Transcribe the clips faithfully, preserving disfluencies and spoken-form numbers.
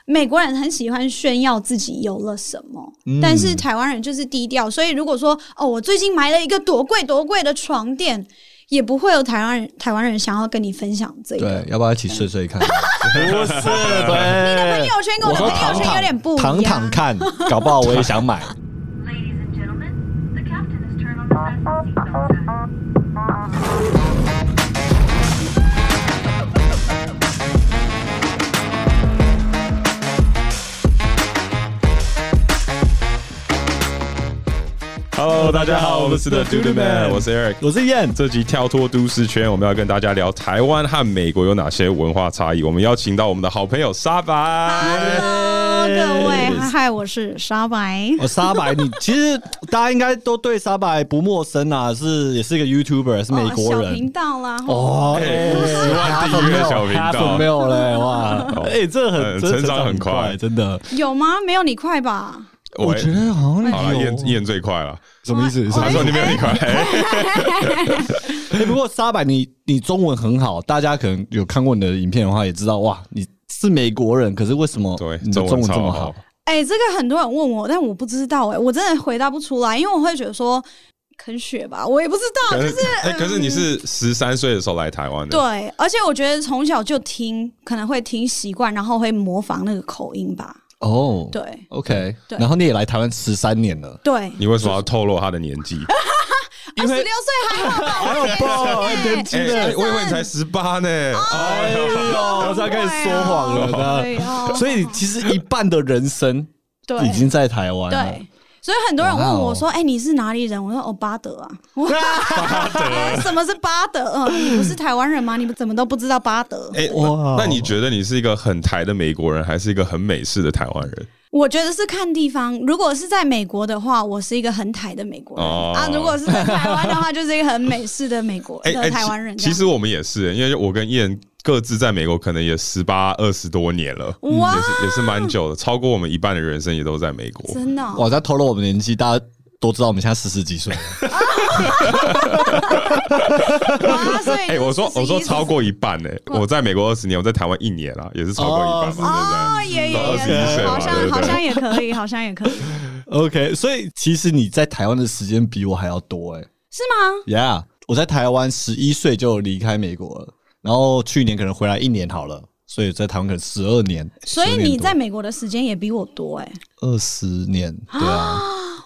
美国人很喜欢炫耀自己有了什么，嗯、但是台湾人就是低调。所以如果说哦，我最近买了一个多贵多贵的床垫，也不会有台湾人台湾人想要跟你分享这个。 对，要不要一起睡睡看？不是，对， 你的朋友圈跟我的朋友圈有点不一样。 躺躺看，搞不好我也想买。 Hello， 大家好，我们是 The Dude Man， 我是 Eric， 我是燕。 这集跳脱都市圈，我们要跟大家聊台湾和美国有哪些文化差异。我们邀请到我们的好朋友沙白。 Hello， 各位，嗨，我是沙白。 我、哦、沙白，你其实大家应该都对沙白不陌生啊，是也是一个 YouTuber， 是美国人。 哦、小频道啦。 哦，十万订阅小频道， 没有嘞，哇，哎、欸，这很、嗯、 成长很快， 真的。 有吗？没有你快吧？ 我觉得好像好了，燕燕最快了， 什么意思？ 他说你没有你快。 欸、不过沙白你你中文很好，大家可能有看过你的影片的话，也知道哇，你是美国人，可是为什么你的中文这么好？ 哎、欸，这个很多人问我，但我不知道哎、欸，我真的回答不出来，因为我会觉得说肯学吧，我也不知道，就是哎、欸，可是你是十三岁的时候来台湾的， 对，而且我觉得从小就听，可能会听习惯，然后会模仿那个口音吧。 哦、oh, 对 ，OK， 对，然后你也来台湾十三年了， 对， 你为什么要透露他的年纪？ 二十六岁还好吧？ 还好吧，很年轻的， 我以为你才十八呢。 哎呦， 我才开始说谎了呢。所以其实一半的人生已经在台湾了。 对。所以很多人问我说：“哎、欸，你是哪里人？”我说：“哦，巴德啊。”巴德？什么是巴德？嗯，你不是台湾人吗？你们怎么都不知道巴德？ 哎、欸，哇！那你觉得你是一个很台的美国人，还是一个很美式的台湾人？ 我觉得是看地方。如果是在美国的话，我是一个很台的美国人、哦、啊；如果是在台湾的话，就是一个很美式的美国、欸、的台湾人、欸。 其实我们也是，因为我跟燕各自在美国可能也十八二十多年了，哇，也是也是蛮久的，超过我们一半的人生也都在美国。 真的、哦， 哇！在透露我们年纪，大家都知道我们现在四十几岁了。 哎、欸，我说我说超过一半呢、欸，我在美国二十年，我在台湾一年啦，也是超过一半嘛， 哦，对不对？也也也，好像好像也可以，好像也可以。 OK， 所以其实你在台湾的时间比我还要多哎、欸， 是吗 ？Yeah， 我在台湾十一岁就离开美国了，然后去年可能回来一年好了。所以在台湾可能十二年， 所以你在美国的时间也比我多哎、欸， 二十年，对啊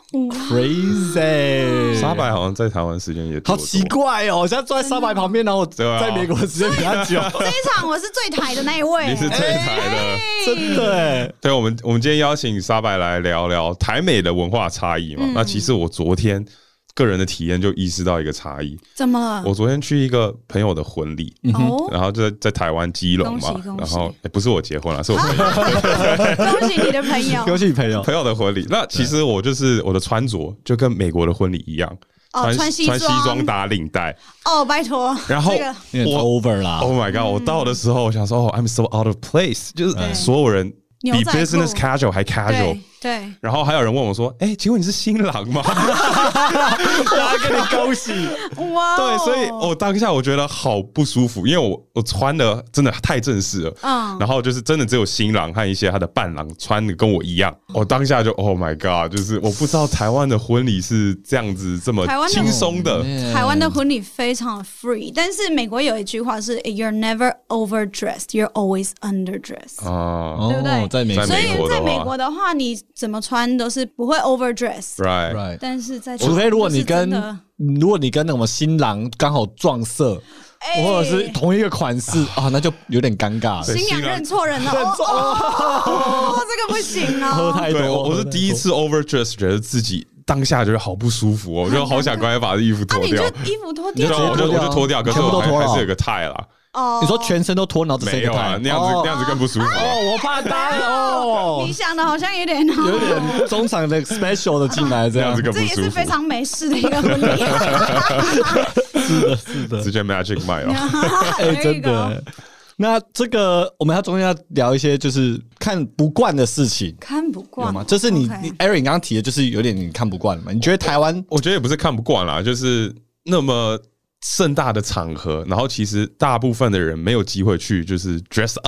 ，crazy。 沙白好像在台湾时间也多多好奇怪哦，我现在坐在沙白旁边，然后在美国的时间比他久。 这一场我是最台的那一位， 你是最台的， 欸、 真的哎。 对，我们我们今天邀请沙白来聊聊台美的文化差异嘛。嗯、那其实我昨天个人的体验就意识到一个差异， 怎么了？ 我昨天去一个朋友的婚礼，嗯、然后就在在台湾基隆嘛，然后、欸、不是我结婚了，是我朋友。 恭喜你的朋友， 恭喜你朋友朋友的婚礼。那其实我就是我的穿着就跟美国的婚礼一样， 哦、穿西穿西装打领带。 哦，拜托。 然后我 over 啦 ，Oh my god！、嗯、我到的时候，我想说，哦 ，I'm so out of place， 就是所有人比 business casual 还 casual。 对， 然后还有人问我说：“哎、欸，请问你是新郎吗？” 我要跟你恭喜！ 哇， 对，所以我当下我觉得好不舒服，因为我我穿的真的太正式了，嗯，然后就是真的只有新郎和一些他的伴郎穿的跟我一样，我当下就 Oh my God， 就是我不知道台湾的婚礼是这样子这么轻松的， 台湾的婚礼非常 free， 但是美国有一句话是 You're never overdressed, you're always underdressed， 啊， 对不对？ 在美国， 所以在美国的话，你怎么穿都是不会 overdress， right， right， 但是在除非如果你跟如果你跟那种新郎刚好撞色，欸、或者是同一个款式啊，那就有点尴尬。 新娘认错人了，认错哦，哦，这个不行哦。 喝太多， 我是第一次 overdress， 觉得自己当下觉得好不舒服哦，我就好想赶快把衣服脱掉。 啊、你就衣服脱掉， 我就我就脱掉，可是我还还是有个 tie 啦。 哦， 你说全身都脱，然后只剩一个太，那样子、哦、那样子更不舒服、啊。 哦，我怕搭哦。 你想的好像有点有点中场的 special 的进来，这样子更不舒服。 这也是非常美式的一个婚礼。 是的，是的， 直接 magic 卖了。 哎，真的。那这个我们要中间要聊一些就是看不惯的事情， 看不惯有吗？这是你 okay. 你 Eric 刚刚提的，就是有点你看不惯嘛？你觉得台湾？ 我觉得也不是看不惯啦，就是那么盛大的场合，然后其实大部分的人没有机会去就是 dress up，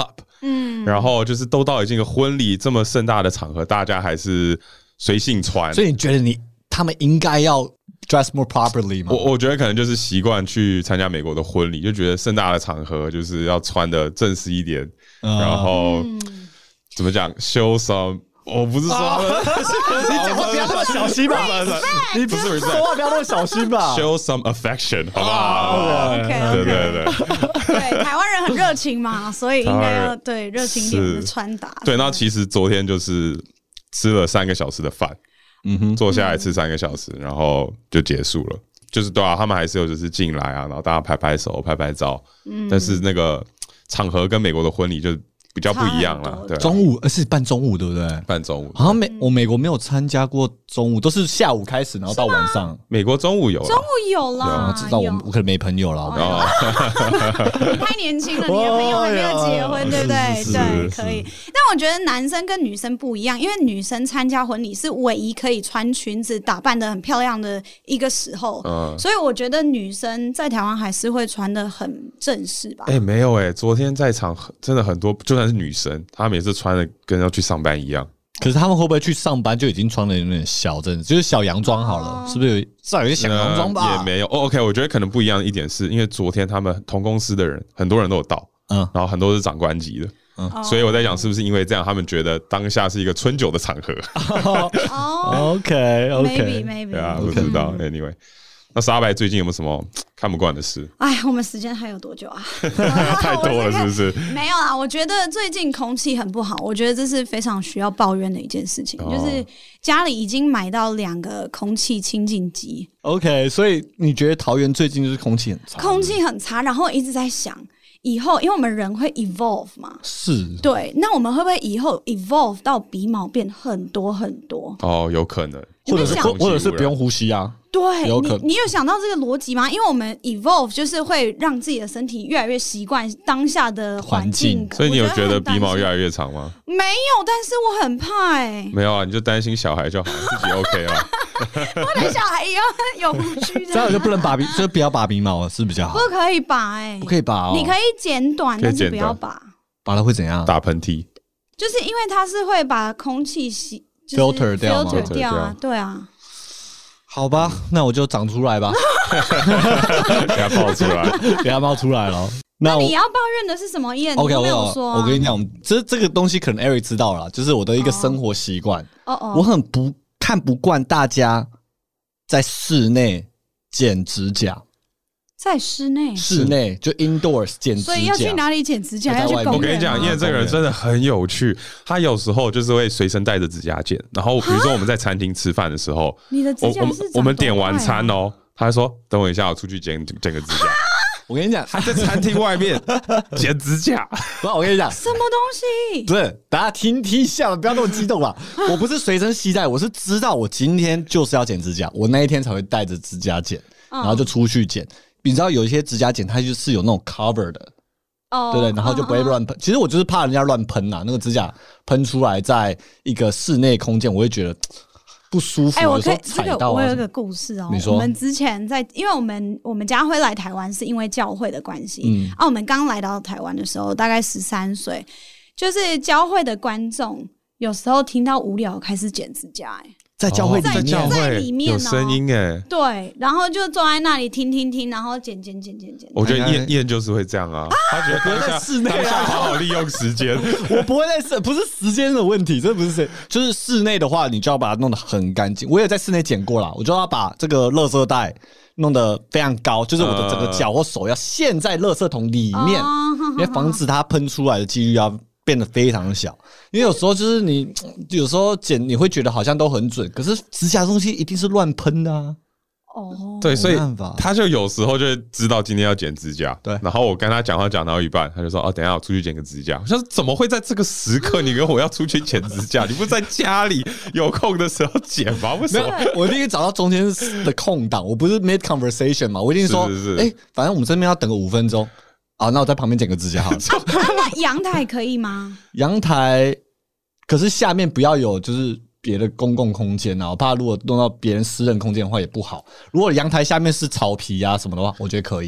嗯，然后就是都到已经一个婚礼这么盛大的场合，大家还是随性穿。 所以你觉得你他们应该要 dress more properly 吗？ 我我觉得可能就是习惯去参加美国的婚礼，就觉得盛大的场合就是要穿的正式一点，嗯、然后、嗯、怎么讲 ，show some。我不是说、啊、 你讲话不要那么小心吧， 你不是说话不要那么小心吧 ，show some affection， 好不好 ？OK， 对对对， 对，台湾人很热情嘛，所以应该要对热情一点的穿搭。 对，那其实昨天就是吃了三个小时的饭，嗯哼，坐下来吃三个小时，然后就结束了。就是对啊，他们还是有就是进来啊，然后大家拍拍手、拍拍照，嗯，但是那个场合跟美国的婚礼就比较不一样了，对、啊。 中午，而是办中午，对不对？ 办中午， 好像美我美国没有参加过中午，都是下午开始，然后到晚上。 美国中午有啦， 中午有啦， 知道我我可能没朋友了，哦、 你太年轻了，你的朋友还没有结婚，对不对？对，可以。但我觉得男生跟女生不一样，因为女生参加婚礼是唯一可以穿裙子、打扮得很漂亮的一个时候，嗯、所以我觉得女生在台湾还是会穿得很正式吧。 哎、欸，没有哎、欸，昨天在场真的很多，就算是女生，她们也是穿的跟要去上班一样。 可是他们会不会去上班就已经穿的有点小，真的就是小洋装好了，哦、是不是有至少有些小洋装吧？ 也没有。哦 OK， 我觉得可能不一样的一点是因为昨天他们同公司的人很多人都有到，嗯，然后很多是长官级的，嗯，所以我在想是不是因为这样，他们觉得当下是一个春酒的场合。 哦 ，OK OK，maybe maybe， 对啊，不知道。Anyway。那沙白最近有没有什么看不惯的事？ 哎，我们时间还有多久啊？ 太多了，是不是？ 没有啦，我觉得最近空气很不好，我觉得这是非常需要抱怨的一件事情，哦、就是家里已经买到两个空气清净机。 OK， 所以你觉得桃园最近就是空气很差？ 空气很差，然后一直在想。以后，因为我们人会 evolve 嘛， 是对，那我们会不会以后 evolve 到鼻毛变很多很多？ 哦，有可能， 或者是或者是不用呼吸啊？ 对，有可能你，你有想到这个逻辑吗？因为我们 evolve 就是会让自己的身体越来越习惯当下的环境， 所以你有觉得鼻毛越来越长吗？ 没有，但是我很怕哎、欸。 没有啊，你就担心小孩就好，自己 OK 啊。 我的小孩以后有胡须， 这样就不能拔鼻，就不要拔鼻毛是比较好。 不可以拔哎、欸， 不可以拔哦。 你可以剪短，但是不要拔。 拔了会怎样？ 打喷嚏。 就是因为它是会把空气吸、就是、 filter 掉吗 ？filter 掉啊，对啊。 好吧，那我就长出来吧， 给它爆出来， 给它冒出来了。 那你要抱怨的是什么？Ian， OK， 你没有说、啊。 我跟你讲，这这个东西可能 Eric 知道了，就是我的一个生活习惯。哦哦，我很不看不惯大家在室内剪指甲。 在室内， 室内就 indoors 剪指甲， 所以要去哪里剪指甲？要去公园。 我跟你讲，因为这个人真的很有趣，他有时候就是会随身带着指甲剪，然后比如说我们在餐厅吃饭的时候， 你的指甲是长多快啊？ 我们点完餐哦，他说等我一下，我出去剪剪个指甲。 我跟你讲， 他在餐厅外面剪指甲。 不，我跟你讲， 什么东西？ 不是，大家听听一下，不要那么激动啦。我不是随身携带，我是知道我今天就是要剪指甲，我那一天才会带着指甲剪，然后就出去剪。你知道有一些指甲剪，它就是有那种 cover 的，哦，对不对？然后就不会乱喷。其实我就是怕人家乱喷呐，那个指甲喷出来，在一个室内空间，我会觉得不舒服。 哎、欸，我可以踩到、啊这个，我有一个故事哦。 你说， 我们之前在，因为我们我们家会来台湾，是因为教会的关系。嗯，啊，我们刚来到台湾的时候，大概十三岁，就是教会的观众有时候听到无聊，开始剪指甲、欸，哎。 在教会里面， 在, 在里面、 喔、有声音哎、欸， 对，然后就坐在那里听听听，然后剪剪剪剪剪。 我觉得燕燕就是会这样啊，他觉得不会在室内啊，好好利用时间。 我不会在室，不是时间的问题，这不是谁，就是室内的话，你就要把它弄得很干净。我也在室内剪过啦，我就要把这个垃圾袋弄得非常高，就是我的整个脚或手要陷在垃圾桶里面，呃、因为防止它喷出来的几率要变得非常小，因为有时候就是你有时候剪你会觉得好像都很准，可是指甲的东西一定是乱喷的啊。 哦， 对，所以他就有时候就会知道今天要剪指甲，对。然后我跟他讲话讲到一半，他就说：“哦，等一下我出去剪个指甲。”我说：“怎么会在这个时刻你跟我要出去剪指甲？你不在家里有空的时候剪吗？为什么？” 我一定找到中间的空档，我不是 mid conversation 嘛，我一定说：“哎、欸，反正我们这边要等个五分钟。”好，那我在旁边剪个指甲好了。 啊、那阳台可以吗？ 阳台，可是下面不要有就是别的公共空间啊，我怕如果弄到别人私人空间的话也不好。如果阳台下面是草皮啊什么的话，我觉得可以。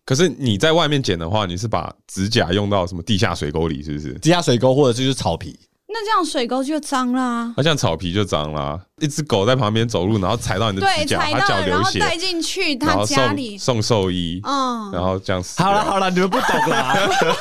可是你在外面剪的话，你是把指甲用到什么地下水沟里，是不是？ 地下水沟或者就是草皮。 那这样水沟就脏啦、啊。 那、啊、像草皮就脏啦、啊。一只狗在旁边走路，然后踩到你的指甲，它脚流血， 然后带进去他家里送兽医，嗯，然后这样死。 好了好了，你们不懂啦。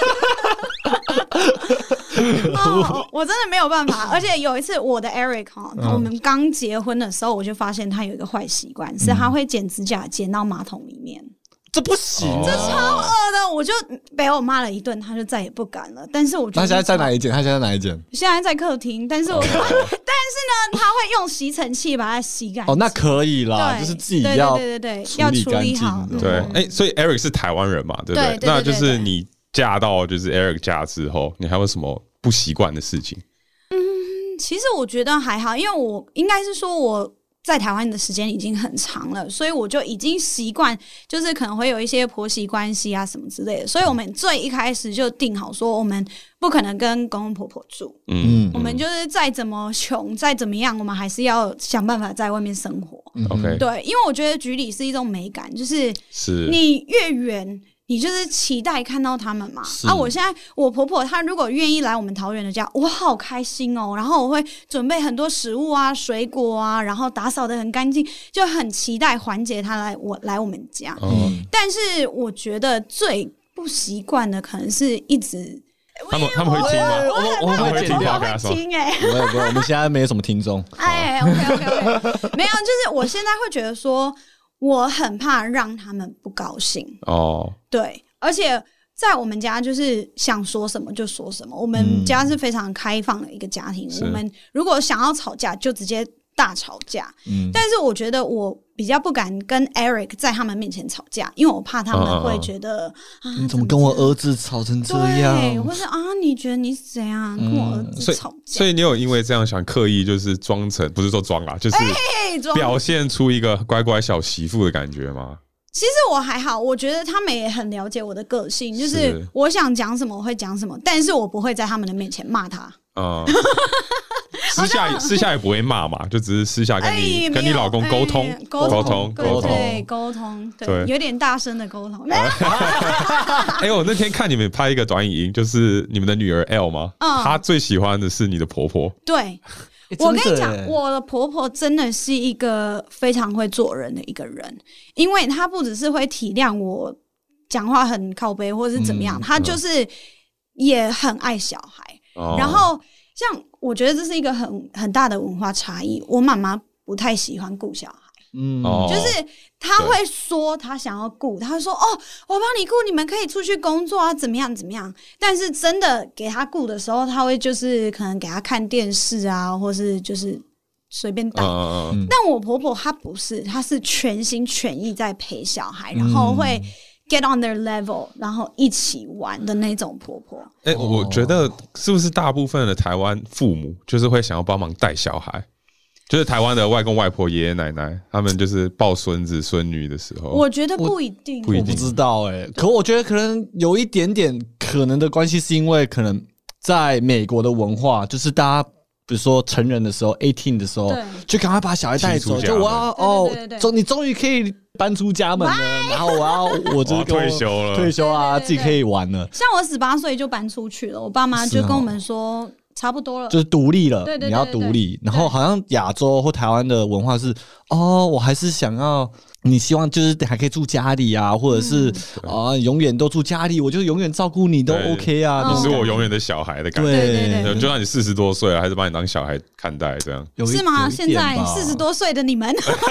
哦，我真的没有办法。而且有一次，我的 Eric 哈、嗯，我们刚结婚的时候，我就发现他有一个坏习惯，是他会剪指甲剪到马桶里面。 这不行、啊， 这超恶的！我就被我骂了一顿，他就再也不敢了。但是我觉得他现在在哪一间？他现在在哪一间？ 现在在客厅。但是我，哦、但是呢，他会用吸尘器把它吸干净。 哦，那可以啦，就是自己要对对对对要处理好。 对，哎、欸，所以 Eric 是台湾人嘛，对不对？ 对对对对对， 那就是你嫁到就是 Eric 家之后，你还有什么不习惯的事情？ 嗯，其实我觉得还好，因为我应该是说我。在台湾的时间已经很长了，所以我就已经习惯，就是可能会有一些婆媳关系啊什么之类的。所以我们最一开始就定好说，我们不可能跟公公婆婆住，嗯，我们就是再怎么穷，再怎么样，我们还是要想办法在外面生活。 OK， 对，因为我觉得局里是一种美感，就是是你越远。你就是期待看到他们嘛啊！我现在我婆婆她如果愿意来我们桃园的家，我好开心哦。然后我会准备很多食物啊、水果啊，然后打扫得很干净，就很期待缓解她来我来我们家。嗯，但是我觉得最不习惯的可能是一直他们他们会听吗？ 我们我们会剪掉， 会听哎、欸。 不会不会，我们现在没什么听众。 哎 ，OK OK OK， 没有，就是我现在会觉得说。我很怕让他们不高兴哦，对，而且在我们家就是想说什么就说什么，我们家是非常开放的一个家庭，嗯、我们如果想要吵架就直接大吵架，嗯，但是我觉得我比较不敢跟 Eric 在他们面前吵架，因为我怕他们会觉得、嗯、 啊，你怎么跟我儿子吵成这样？ 对，或者啊，你觉得你是怎样、嗯、跟我儿子吵架？ 所以你有因为这样想刻意就是装成，不是说装啊，就是表现出一个乖乖小媳妇的感觉吗？ 其实我还好，我觉得他们也很了解我的个性，就是我想讲什么我会讲什么，但是我不会在他们的面前骂他。嗯， 私下私下也不会骂嘛，就只是私下跟你、哎、跟你老公沟通沟通沟通对沟通对，有点大声的沟通。 哎、欸，我那天看你们拍一个短影音，就是你们的女儿 L 吗？嗯，她最喜欢的是你的婆婆。 对。我跟你讲，我的婆婆真的是一个非常会做人的一个人，因为她不只是会体谅我讲话很靠北或是怎么样，她、嗯、就是也很爱小孩。哦、然后像我觉得这是一个很很大的文化差异，我妈妈不太喜欢顾小孩。嗯，就是他会说他想要顾，他说哦，我帮你顾，你们可以出去工作啊，怎么样怎么样。但是真的给他顾的时候，他会就是可能给他看电视啊，或是就是随便带。嗯、但我婆婆她不是，她是全心全意在陪小孩，然后会 get on their level， 然后一起玩的那种婆婆。 哎、欸，我觉得是不是大部分的台湾父母就是会想要帮忙带小孩？就是台湾的外公外婆、爷爷奶奶，他们就是抱孙子孙女的时候， 我觉得不一定， 我不知道哎、欸。可我觉得可能有一点点可能的关系，是因为可能在美国的文化，就是大家比如说成人的时候 eighteen 的时候，就赶快把小孩带走，就我要哦，终你终于可以搬出家门了，然后我要我就是退休了， 退休啊，自己可以玩了。 像我十八岁就搬出去了，我爸妈就跟我们说。差不多了， 就是独立了。 对对对对对， 你要独立。然后好像亚洲或台湾的文化是，哦，我还是想要，你希望就是还可以住家里啊，或者是啊、嗯呃，永远都住家里，我就永远照顾你都 OK 啊。 你是我永远的小孩的感觉。 对对对， 就算你四十多岁了，还是把你当小孩看待，这样是吗？现在四十多岁的你们，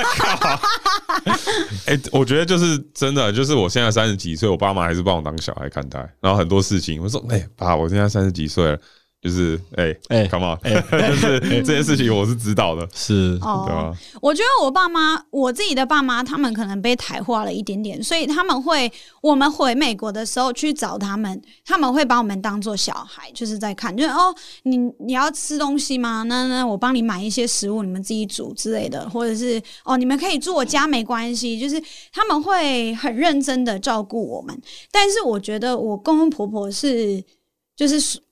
哎欸，我觉得就是真的，就是我现在三十几岁，我爸妈还是把我当小孩看待。然后很多事情，我说，哎、欸，爸，我现在三十几岁了。就是哎哎 ，come on，哎、欸，就是这件事情我是知道的， 是， 哦、 对吧？ 我觉得我爸妈，我自己的爸妈，他们可能被台化了一点点，所以他们会，我们回美国的时候去找他们，他们会把我们当做小孩，就是在看，就是哦，你你要吃东西吗？那那我帮你买一些食物，你们自己煮之类的，或者是哦，你们可以住我家没关系，就是他们会很认真的照顾我们。但是我觉得我公公婆婆是，就是。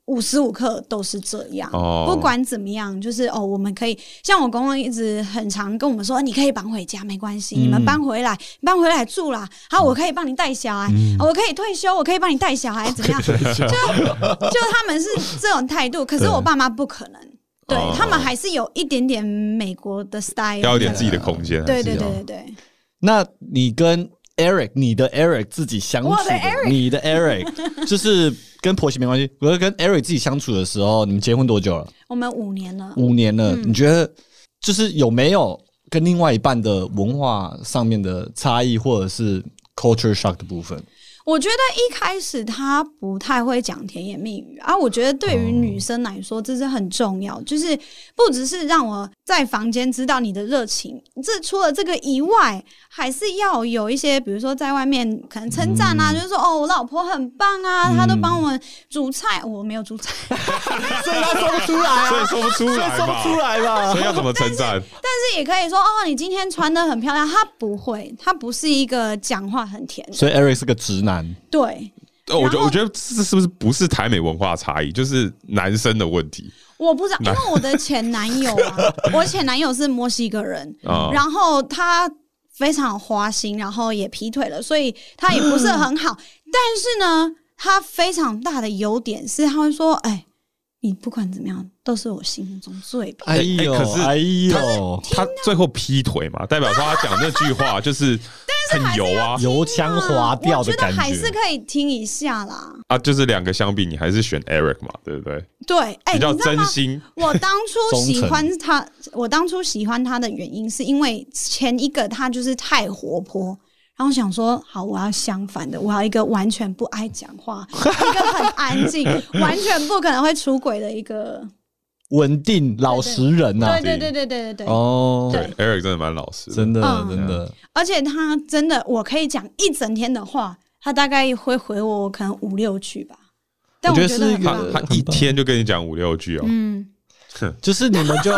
无时无刻都是这样， 哦、 不管怎么样，就是哦，我们可以像我公公一直很常跟我们说，你可以搬回家没关系，嗯、你们搬回来，搬回来住啦。好，我可以帮你带小孩，嗯、我可以退休，我可以帮你带小孩，怎么样？就就他们是这种态度，可是我爸妈不可能，对、哦、他们还是有一点点美国的 style， 要有点自己的空间。 对对对对对。 那你跟 Eric， 你的 Eric 自己相处的， 我的 Eric 你的 Eric 就是跟婆媳没关系。我跟 Eric 自己相处的时候，你们结婚多久了？ 我们五年了。 五年了，嗯、你觉得就是有没有跟另外一半的文化上面的差异，或者是 culture shock 的部分？ 我觉得一开始他不太会讲甜言蜜语啊，我觉得对于女生来说这是很重要，就是不只是让我在房间知道你的热情，这除了这个以外，还是要有一些，比如说在外面可能称赞啊，嗯、就是说哦，我老婆很棒啊，她、嗯、都帮我们煮菜，我没有煮菜， 所以他说不出来、啊， 所以说不出来嘛， 说不出来嘛， 所以要怎么称赞？ 但是也可以说哦，你今天穿得很漂亮，他不会，他不是一个讲话很甜的， 所以 Eric 是个直男。 对， 我觉得我觉得这是不是不是台美文化差异，就是男生的问题。 我不知道，因为我的前男友啊，我前男友是墨西哥人， 哦、 然后他非常花心，然后也劈腿了，所以他也不是很好。但是呢，他非常大的优点是，他会说：“哎，你不管怎么样，都是我心目中最漂亮。” 哎呦， 可是哎呦， 他最后劈腿嘛，代表说他讲那句话就是很油啊， 油腔滑调的感觉。 我觉得还是可以听一下啦。 啊，就是两个相比，你还是选 Eric 嘛，对不对？ 对，哎、欸， 比较真心。 我当初喜欢他，我当初喜欢他的原因是因为前一个他就是太活泼。然后想说，好，我要相反的，我要一个完全不爱讲话，一个很安静，完全不可能会出轨的一个稳定老实人呐、啊。 对对对对对对对。 哦， 对 ，Eric 真的蛮老实的， 真的、 嗯、 真的。 而且他真的，我可以讲一整天的话，他大概会回我可能五六句吧。但我觉得是一个他他一天就跟你讲五六句哦。 嗯， 就是你们就。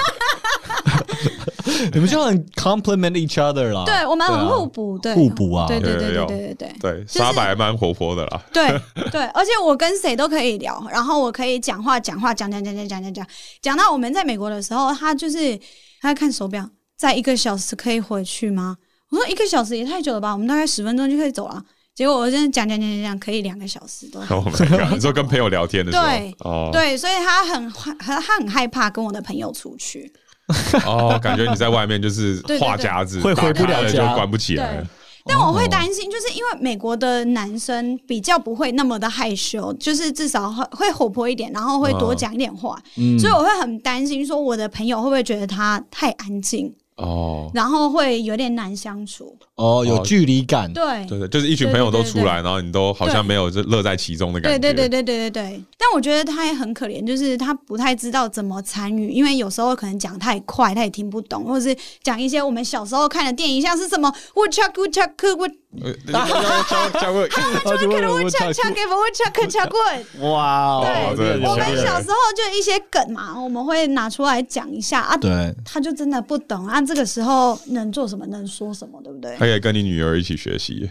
你们就很 compliment each other 啦， 对我们很互补，对互补啊， 对对对对对对对对，沙白蛮活泼的啦， 对对，而且我跟谁都可以聊，然后我可以讲话讲话讲讲讲讲讲讲讲，讲到我们在美国的时候，他就是他看手表，在一个小时可以回去吗？我说一个小时也太久了吧，我们大概十分钟就可以走了。结果我真的讲讲讲讲讲，可以两个小时都。 Oh my god！ 你说跟朋友聊天的时候， 对、哦、对，所以他很他很害怕跟我的朋友出去。 哦，感觉你在外面就是话匣子， 会回不了家， 就关不起来了。 但我会担心，就是因为美国的男生比较不会那么的害羞，就是至少会会活泼一点，然后会多讲一点话，嗯、所以我会很担心，说我的朋友会不会觉得他太安静。哦，然后会有点难相处哦，有距离感， 对对对，就是一群朋友都出来，然后你都好像没有乐在其中的感觉， 对对对对对对对。但我觉得他也很可怜，就是他不太知道怎么参与，因为有时候可能讲太快，他也听不懂，或者是讲一些我们小时候看的电影，像是什么 woodchuck woodchuck wood。 他就会可能会呛呛给我呛呛呛棍， 哇！ 对，我们小时候就一些梗嘛，我们会拿出来讲一下啊。 对， 他就真的不懂啊，这个时候能做什么，能说什么，对不对？ 他可以跟你女儿一起学习。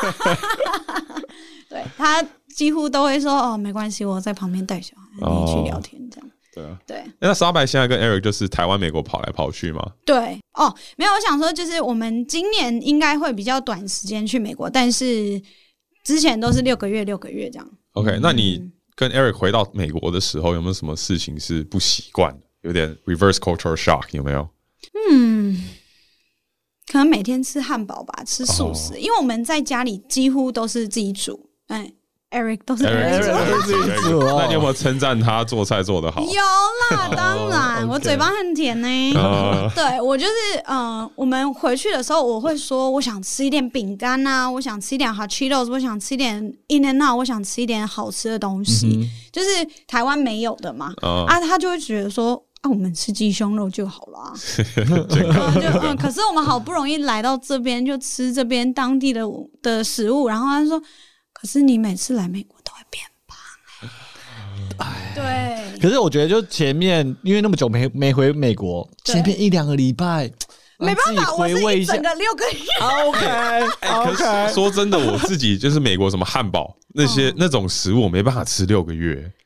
对，他几乎都会说哦，没关系，我在旁边带小孩，你一起聊天这样。 对啊， 对。 那沙白现在跟 Eric 就是台湾、美国跑来跑去吗？ 对，哦，没有，我想说，就是我们今年应该会比较短时间去美国，但是之前都是六个月、六个月这样。 OK， 那你跟 Eric 回到美国的时候，有没有什么事情是不习惯的？有点 reverse cultural shock 有没有？ 嗯，可能每天吃汉堡吧，吃素食，哦、因为我们在家里几乎都是自己煮，哎。Eric 都是 Eric 做， 那你有没有称赞他做菜做得好？ 有啦，当然， oh, okay. 我嘴巴很甜呢、欸。Uh. 对，我就是，嗯、呃，我们回去的时候，我会说，我想吃一点饼干啊，我想吃一点 Hot Cheetos， 我想吃一点 In and Out， 我想吃一点好吃的东西，嗯、就是台湾没有的嘛。Uh. 啊，他就会觉得说，啊，我们吃鸡胸肉就好了、啊。嗯就嗯、可是我们好不容易来到这边，就吃这边当地的的食物，然后他就说。可是你每次来美国都会变胖、欸，对。 可是我觉得，就前面因为那么久没没回美国，前面一两个礼拜， 没办法，我是一整个六个月。 OK， 哎，可是说真的，我自己就是美国什么汉堡那些、嗯、那种食物，我没办法吃六个月。 真的吗？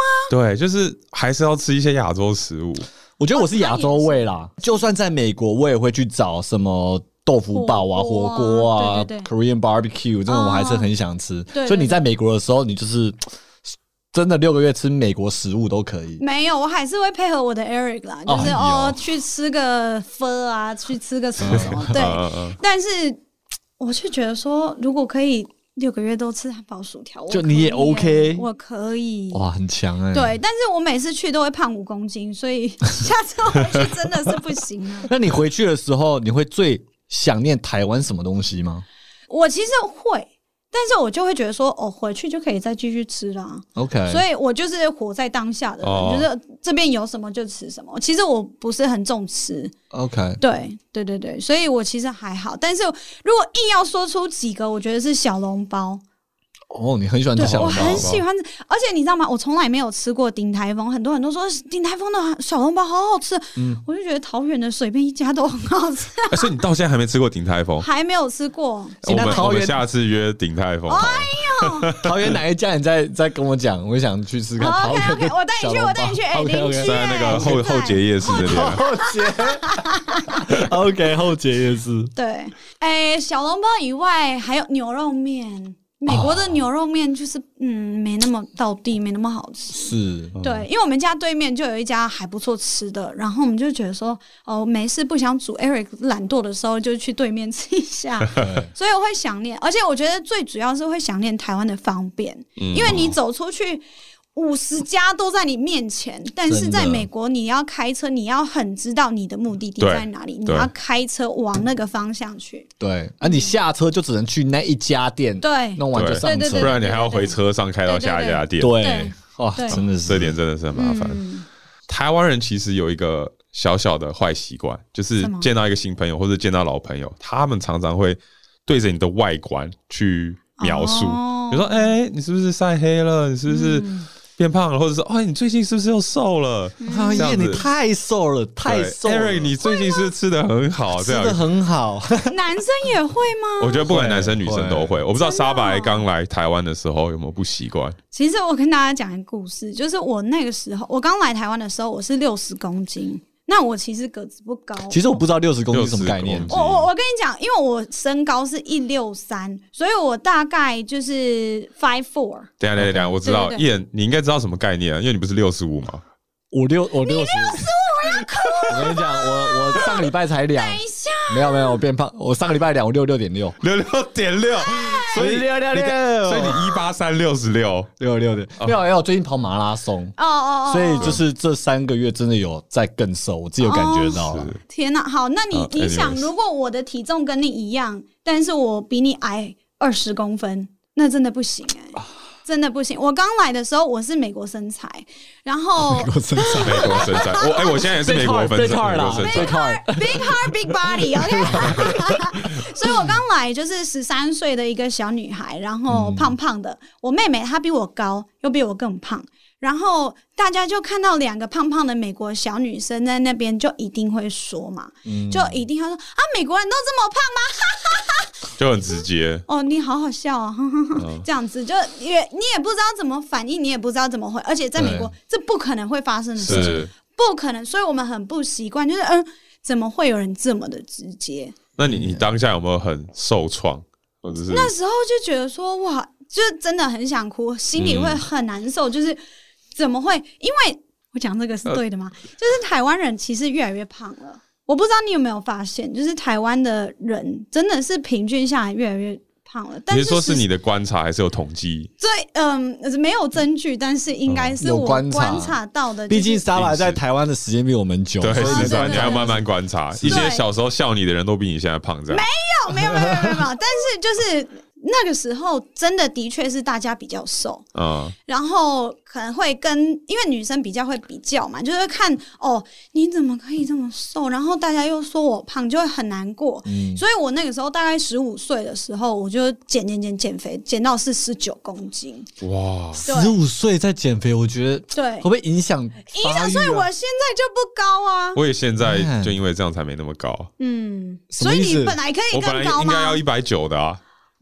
对，就是还是要吃一些亚洲食物。 我觉得我是亚洲味啦，就算在美国，我也会去找什么豆腐堡啊、火锅啊、 对对对 Korean barbecue 这种，我还是很想吃。 对对对， 所以你在美国的时候，你就是真的六个月吃美国食物都可以。 没有，我还是会配合我的 Eric 啦，就是哦，去吃个 pho 啊，去吃个什么什么。对，但是我就觉得说，如果可以六个月都吃汉堡薯条， 就你也 OK， 我可以。 哇，很强哎、欸。 对，但是我每次去都会胖五公斤，所以下次回去真的是不行啊。 那你回去的时候，你会最想念台湾什么东西吗？ 我其实会。但是我就会觉得说，哦，回去就可以再继续吃啦。 OK， 所以我就是活在当下的人，哦、就是这边有什么就吃什么。其实我不是很重吃。 OK， 对对对对，所以我其实还好。但是如果硬要说出几个，我觉得是小笼包。 哦，你很喜欢吃小笼包， 我很喜欢，而且你知道吗？我从来没有吃过鼎泰丰，很多人都说鼎泰丰的小笼包好好吃，嗯，我就觉得桃园的随便一家都很好吃。 欸、所以你到现在还没吃过鼎泰丰？ 还没有吃过。 我们我们下次约鼎泰丰。 哎呦， 桃园哪一家？你再再跟我讲，我想去吃看。 OK OK， 我带你去，我带你去。哎，邻居在那个后后街夜市这边。 后街 ，OK， 后街夜市。 对，哎，小笼包以外还有牛肉面。美国的牛肉面就是、哦、嗯没那么道地，没那么好吃。 是， 对，因为我们家对面就有一家还不错吃的，然后我们就觉得说哦没事不想煮 ，Eric 懒惰的时候就去对面吃一下，所以我会想念，而且我觉得最主要是会想念台湾的方便，嗯、因为你走出去。五十家都在你面前，但是在美国你要开车，你要很知道你的目的地在哪里，你要开车往那个方向去。 对，啊，你下车就只能去那一家店， 对， 弄完就上车， 不然你还要回车上开到下一家店。 对，哇，真的是这点真的是很麻烦。嗯、台湾人其实有一个小小的坏习惯，就是见到一个新朋友或者见到老朋友，他们常常会对着你的外观去描述，哦、比如说，哎、欸，你是不是晒黑了？你是不是？嗯变胖了，或者是哦，你最近是不是又瘦了？ 啊耶，你太瘦了，太瘦了。 Eric， 你最近是不是吃的很好？ 吃的很好。 男生也会吗？ 我觉得不管男生女生都会。我不知道沙白刚来台湾的时候有没有不习惯。 其实我跟大家讲一个故事，就是我那个时候，我刚来台湾的时候，我是六十公斤。那我其实个子不高， 其实我不知道六十公斤是什么概念。 我我我跟你讲，因为我身高是一六三，所以我大概就是 five four。 等一下等一下等一下，我知道燕，你应该知道什么概念啊？因为你不是六十五吗？ 我六我六十， 你六十五，我要哭。 我跟你讲，我我上个礼拜才量， 等一下， 没有没有，我变胖，我上个礼拜量我六六点六， 六六点六，所以六六六， 所以你一八三六十六， 六六点没有，因为我最近跑马拉松， 哦哦， 所以就是这三个月真的有在更瘦，我自己有感觉到了。 天哪，好，那你你想，如果我的体重跟你一样，但是我比你矮二十公分，那真的不行哎。真的不行！我刚来的时候我是美国身材，然后美国身材， 美国身材，我哎、欸，我现在也是美国身材， 美国身材 ，big heart，big heart，big body，OK。所以我刚来就是十三岁的一个小女孩，然后胖胖的。嗯、我妹妹她比我高，又比我更胖，然后大家就看到两个胖胖的美国小女生在那边，就一定会说嘛，嗯、就一定要说啊，美国人都这么胖吗？ 就很直接哦，你好好笑啊、哦！这样子就也你也不知道怎么反应，你也不知道怎么回，而且在美国这不可能会发生的事情，不可能，所以我们很不习惯，就是嗯，怎么会有人这么的直接？ 那你你当下有没有很受创，或者是那时候就觉得说哇，就真的很想哭，心里会很难受，就是怎么会？因为我讲这个是对的吗？就是台湾人其实越来越胖了。我不知道你有没有发现，就是台湾的人真的是平均下来越来越胖了。但是你是说是你的观察还是有统计？ 对，嗯，没有证据，但是应该是我观察到的。 毕竟沙拉在台湾的时间比我们久， 对，是的，你要慢慢观察。一些小时候笑你的人都比你现在胖，这样没有，没有，没有，没有，没有。但是就是那个时候，真的的确是大家比较瘦，嗯，然后可能会跟因为女生比较会比较嘛，就是看哦，你怎么可以这么瘦？然后大家又说我胖，就会很难过。嗯，所以我那个时候大概十五岁的时候，我就减减减减肥，减到是十九公斤。 哇， 十五岁在减肥，我觉得对会不会影响、啊？ 影响，所以我现在就不高啊。 我也现在就因为这样才没那么高。 嗯，所以你本来可以更高吗？ 我本来应该要一百九的啊。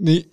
你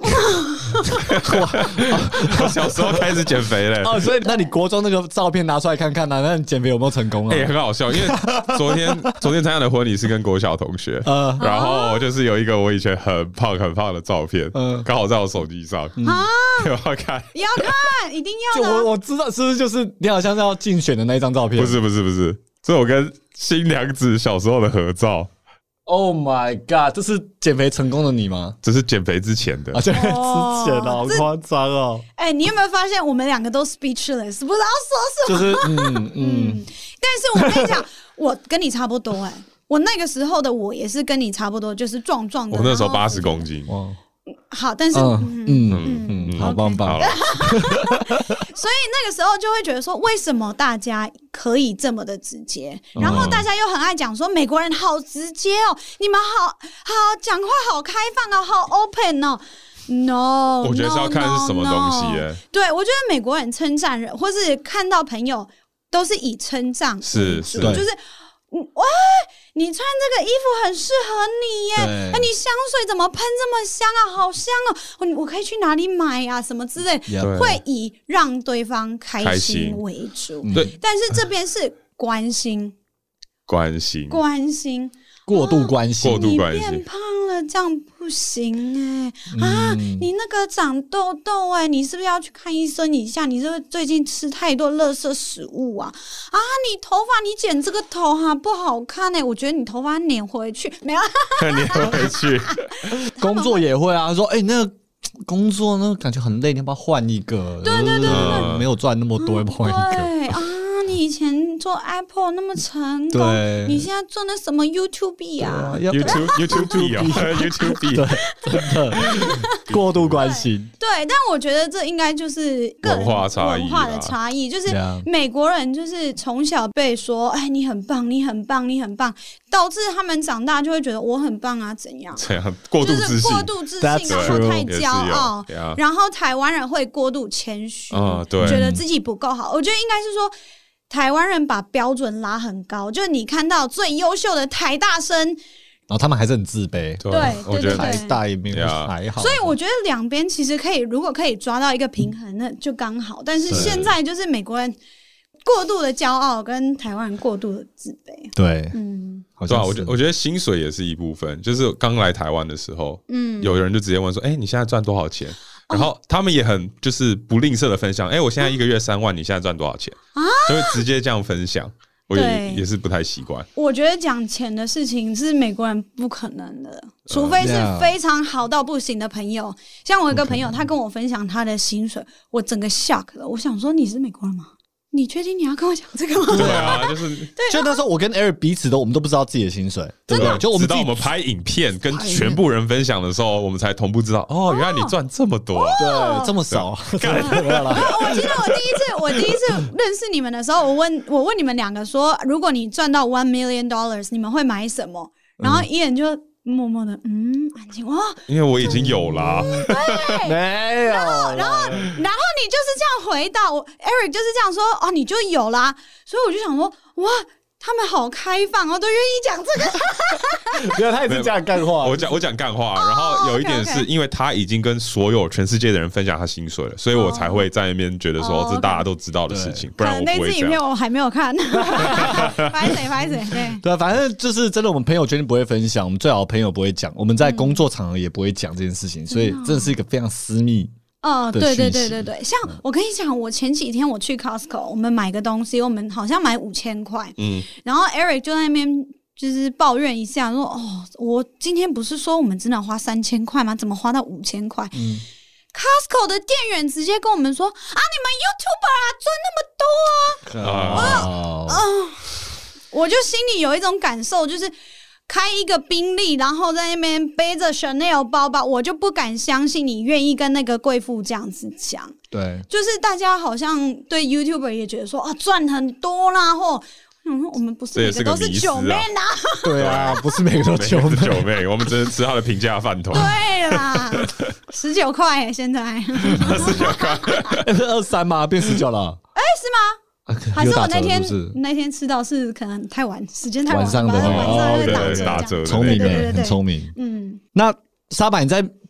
我小时候开始减肥嘞。 哦，所以那你国中那个照片拿出来看看啊，那你减肥有没有成功啊？ 哎、欸，很好笑，因为昨天昨天参加的婚礼是跟国小同学，呃，然后就是有一个我以前很胖很胖的照片，嗯，刚好在我手机上啊，要不要看？ 要看，一定要的。 我我知道，是不是就是你好像是要竞选的那一张照片？ 不是不是不是，这是我跟新娘子小时候的合照。 Oh my god！ 这是减肥成功的你吗？ 这是减肥之前的， 啊，减肥之前哦，好夸张哦！ 哎、欸，你有没有发现我们两个都 speechless， 不知道说什么？就是嗯嗯。但是我跟你讲，我跟你差不多哎、欸，我那个时候的我也是跟你差不多，就是壮壮的。 我那时候八十公斤。哦好，但是嗯嗯嗯嗯，好棒棒。 所以那个时候就会觉得说，为什么大家可以这么的直接？然后大家又很爱讲说，美国人好直接哦，你们好好讲话好开放哦，好 open 哦。No， 我觉得是要看是什么东西耶、欸。 对，我觉得美国人称赞人，或是看到朋友都是以称赞是是， 就是。哇，你穿这个衣服很适合你耶！那、啊、你香水怎么喷这么香啊？好香哦！我可以去哪里买啊？什么之类，会以让对方开心为主。 对， 但是这边是关心， 关心， 关心。 过度关心， 过度关心。 你变胖了，这样不行哎、欸！啊，嗯、你那个长痘痘哎，你是不是要去看医生一下？你是不是最近吃太多垃圾食物啊？啊，你头发你剪这个头哈、啊、不好看哎、欸，我觉得你头发捻回去没有？ 捻回去， 工作也会啊，说哎、欸、那个。工作那感觉很累，你要不要换一个？ 对对对对对， 呃、没有赚那么多，要不要换一个？ 对啊，你以前做 Apple 那么成功， 对， 你现在做那什么 YouTube 啊 ？YouTube YouTube 啊 ，YouTube 对，真的过度关心。 对，但我觉得这应该就是个文化差异， 文化的差异，就是美国人就是从小被说，哎，你很棒，你很棒，你很棒。导致他们长大就会觉得我很棒啊，怎样？ 怎样？过度自信， 过度自信，然后太骄傲，然后台湾人会过度谦虚， 嗯，对， 觉得自己不够好。我觉得应该是说，台湾人把标准拉很高，就是你看到最优秀的台大生， 然后他们还是很自卑。 对，我觉得台大也没有还好。 所以我觉得两边其实可以，如果可以抓到一个平衡，那就刚好。但是现在就是美国人过度的骄傲，跟台湾人过度的自卑。 对， 嗯。 对啊，我觉得我觉得薪水也是一部分。就是刚来台湾的时候，嗯，有人就直接问说：“哎、欸，你现在赚多少钱？”然后他们也很就是不吝啬的分享：“哎、欸，我现在一个月三万，你现在赚多少钱？”啊，就会直接这样分享。我也也是不太习惯。 我觉得讲钱的事情是美国人不可能的，除非是非常好到不行的朋友。像我有一个朋友，他跟我分享他的薪水，我整个 shock 了。我想说，你是美国人吗？你确定你要跟我讲这个吗？ 对啊，就是， 就那时候我跟 Eric 彼此都我们都不知道自己的薪水，对不对？就我们直到我们拍影片跟全部人分享的时候，我们才同步知道，哦，原来你赚这么多、啊， 哦、对，这么少。 干我记得我第一次，我第一次认识你们的时候，我问我问你们两个说，如果你赚到 one million dollars， 你们会买什么？然后一眼就。默默的，嗯，安静哇， 因为我已经有了、啊， 对， 没有， 然后，然后，然后你就是这样回答我 ，Eric 就是这样说，哦，你就有啦，所以我就想说，哇，他们好开放哦，都愿意讲这个。 对，他也是讲干话。 我讲我讲干话，然后有一点是因为他已经跟所有全世界的人分享他薪水了，所以我才会在那边觉得说这大家都知道的事情，不然我不会这样。 那支影片我还没有看，拍谁拍谁。对对，反正就是真的，我们朋友圈不会分享，我们最好的朋友不会讲，我们在工作场合也不会讲这件事情，所以真的是一个非常私密。 哦，对对对对对，像我跟你讲，我前几天我去 Costco， 我们买个东西，我们好像买五千块，嗯，然后 Eric 就在那边就是抱怨一下，说哦，我今天不是说我们真的花三千块吗？怎么花到五千块？嗯 ，Costco 的店员直接跟我们说啊，你们 YouTuber 啊，赚那么多啊，哦，哦，我就心里有一种感受，就是。开一个宾利，然后在那边背着 Chanel 包包，我就不敢相信你愿意跟那个贵妇这样子讲。 对， 就是大家好像对 YouTuber 也觉得说啊赚很多啦，或嗯，我们不是每个都是九妹啊。 对啊，不是每个都九妹， 九妹，我们只是吃他的平价饭团。 对啦，十九块耶，现在十九块， 是二三吗？变十九了？ 哎、欸，是吗？还是我那天是是那天吃到是可能太晚，时间太晚， 晚上的晚上会打折， 打折， 聪明的，很聪明。嗯，那沙板你在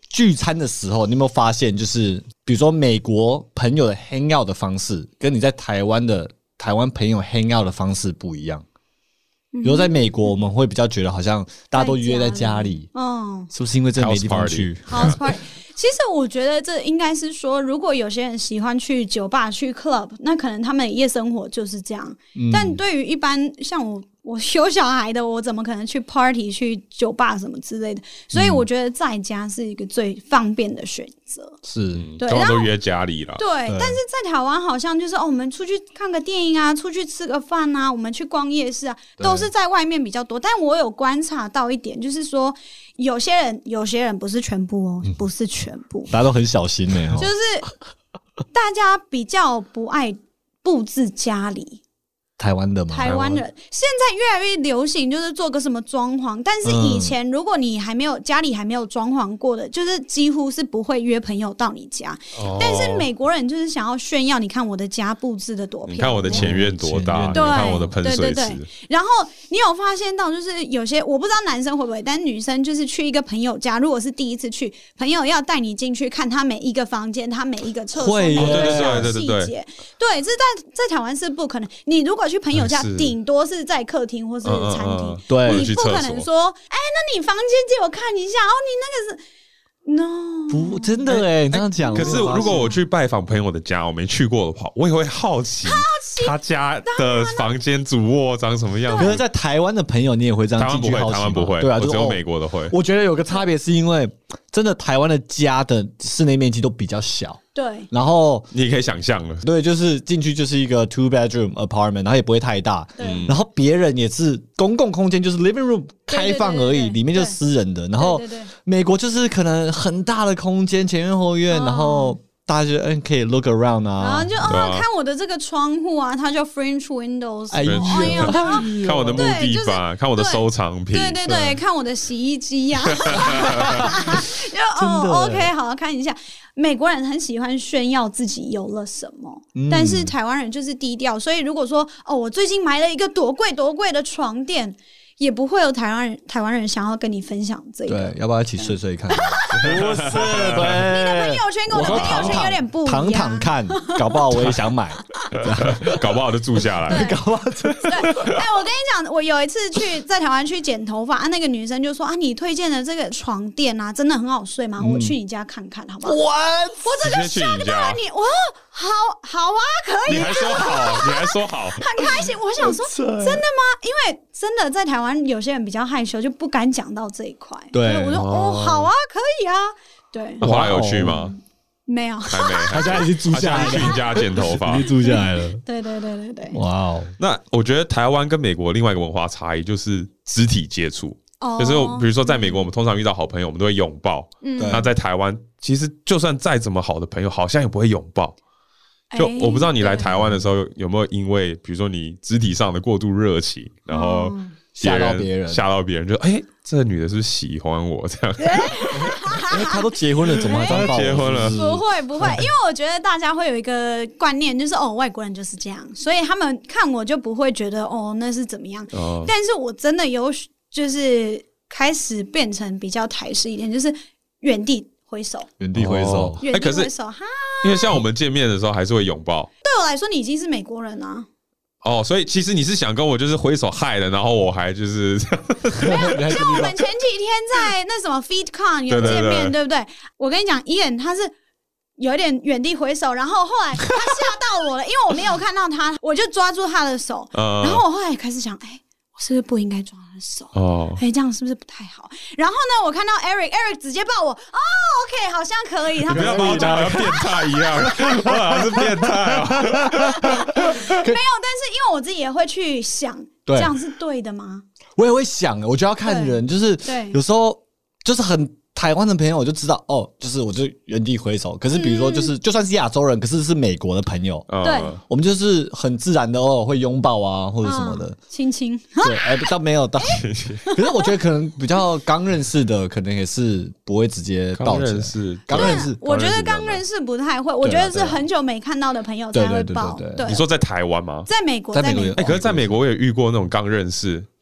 聚餐的时候，你有没有发现，就是比如说美国朋友的 hang out 的方式，跟你在台湾的台湾朋友 hang out 的方式不一样？比如在美国，我们会比较觉得好像大家都约在家里，嗯，是不是因为这没地方去 ？House party。其实我觉得这应该是说，如果有些人喜欢去酒吧、去 club， 那可能他们的夜生活就是这样。嗯、但对于一般像我，我有小孩的，我怎么可能去 party、去酒吧什么之类的？所以我觉得在家是一个最方便的选择。 是， 对， 通常都约家里了。 对，但是在台湾好像就是哦，我们出去看个电影啊，出去吃个饭啊，我们去逛夜市啊，都是在外面比较多。但我有观察到一点，就是说有些人，有些人不是全部哦，嗯、不是全部， 大家都很小心呢、欸哦， 就是大家比较不爱布置家里。 台湾的吗？ 台湾人现在越来越流行，就是做个什么装潢。但是以前，如果你还没有家里还没有装潢过的，就是几乎是不会约朋友到你家。哦、但是美国人就是想要炫耀，你看我的家布置的多漂亮， 你看我的前院多大， 对， 你看我的喷水池。 对对对。然后你有发现到，就是有些我不知道男生会不会，但女生就是去一个朋友家，如果是第一次去，朋友要带你进去看他每一个房间，他每一个厕所每一个小细节。对，这在在台湾是不可能。你如果去朋友家，顶多是在客厅或是餐厅，嗯嗯嗯对， 你不可能说，哎，那你房间借我看一下，哦，你那个是。No， 不，真的哎，你这样讲。 可是如果我去拜访朋友的家，我没去过的话，我也会好奇他家的房间主卧长什么样子。 可是，在台湾的朋友，你也会这样进去好奇吗？ 台湾不会， 对啊， 只有美国的会。 我觉得有个差别是因为，真的台湾的家的室内面积都比较小。 对， 然后你也可以想象了， 对，就是进去就是一个 two bedroom apartment， 然后也不会太大， 嗯、 然后别人也是公共空间，就是 living room 开放而已，对对对对，里面就是私人的。然后对对对美国就是可能很大的空间，前院后院，哦、然后大家就嗯可以 look around 啊， 然后就哦、啊、看我的这个窗户啊，它叫 French windows， 哎呦， 哎呦看我的木地板，就是，看我的收藏品， 对对对，对看我的洗衣机呀，啊，就哦 OK 好看一下。美国人很喜欢炫耀自己有了什么，嗯、但是台湾人就是低调，所以如果说哦，我最近买了一个多贵多贵的床垫，也不会有台湾人台湾人想要跟你分享这个。 对，要不要一起睡睡看？不是，对， 你的朋友圈跟我的朋友圈有点不一样。 躺躺看，搞不好我也想买， 搞不好就住下来， 搞不好就对。哎，我跟你讲，我有一次去在台湾去剪头发，啊，那个女生就说啊，你推荐的这个床垫啊，真的很好睡吗？嗯、我去你家看看，好不好？ 我我这个吓到你，哇，好好啊，可以。 你还说好，你还说好， 很开心。我想说，真的吗？因为真的在台湾有些人比较害羞，就不敢讲到这一块。 对， 我说哦，好啊，可以啊。对， 后来有去吗？ 没有， 还没。 他现在已经住下来了， 去你家剪头发， 已经住下来了。 对对对对对。 哇哦！ 那我觉得台湾跟美国另外一个文化差异就是肢体接触。哦。就是比如说，在美国，我们通常遇到好朋友，我们都会拥抱。嗯。那在台湾，其实就算再怎么好的朋友，好像也不会拥抱。就我不知道你来台湾的时候有没有因为，比如说你肢体上的过度热情，然后吓到别人， 吓到别人，就哎、欸，这个女的是不是喜欢我这样？ 因为她都结婚了，怎么还当结婚了？ 不会不会，因为我觉得大家会有一个观念，就是哦，外国人就是这样，所以他们看我就不会觉得哦那是怎么样。哦、但是我真的有就是开始变成比较台式一点，就是原地挥手， 原地挥手， 原地挥手，哈、欸。 因为像我们见面的时候还是会拥抱。 对我来说，你已经是美国人啊。 哦，所以其实你是想跟我就是挥手嗨的，然后我还就是没有。像我们前几天在那什么 FeedCon 有见面， 对, 对, 对, 对不对？我跟你讲 ，Ian 他是有一点原地挥手，然后后来他吓到我了，因为我没有看到他，我就抓住他的手，嗯、然后我后来开始想，哎、欸。是不是不应该抓他的手？哦，哎、欸，这样是不是不太好？然后呢，我看到 Eric，Eric 直接抱我，哦 ，OK， 好像可以。他不要把我讲得像变态一样，我好像是变态啊。 没有，但是因为我自己也会去想，这样是对的吗？ 我也会想，我觉得要看人，就是有时候就是很。台湾的朋友我就知道哦，就是我就原地挥手。可是比如说，就是、嗯、就算是亚洲人，可是是美国的朋友， 对， 我们就是很自然的哦，会拥抱啊，或者什么的， 亲亲。 对，哎、欸，倒没有到。可是我觉得可能比较刚认识的，可能也是不会直接道歉。刚认识， 刚认识， 我觉得刚认识不太会。我觉得是很久没看到的朋友才会抱。 对对对对对， 你说在台湾吗？ 在美国，在美国。 哎、欸，可是在美国我也遇过那种刚认识。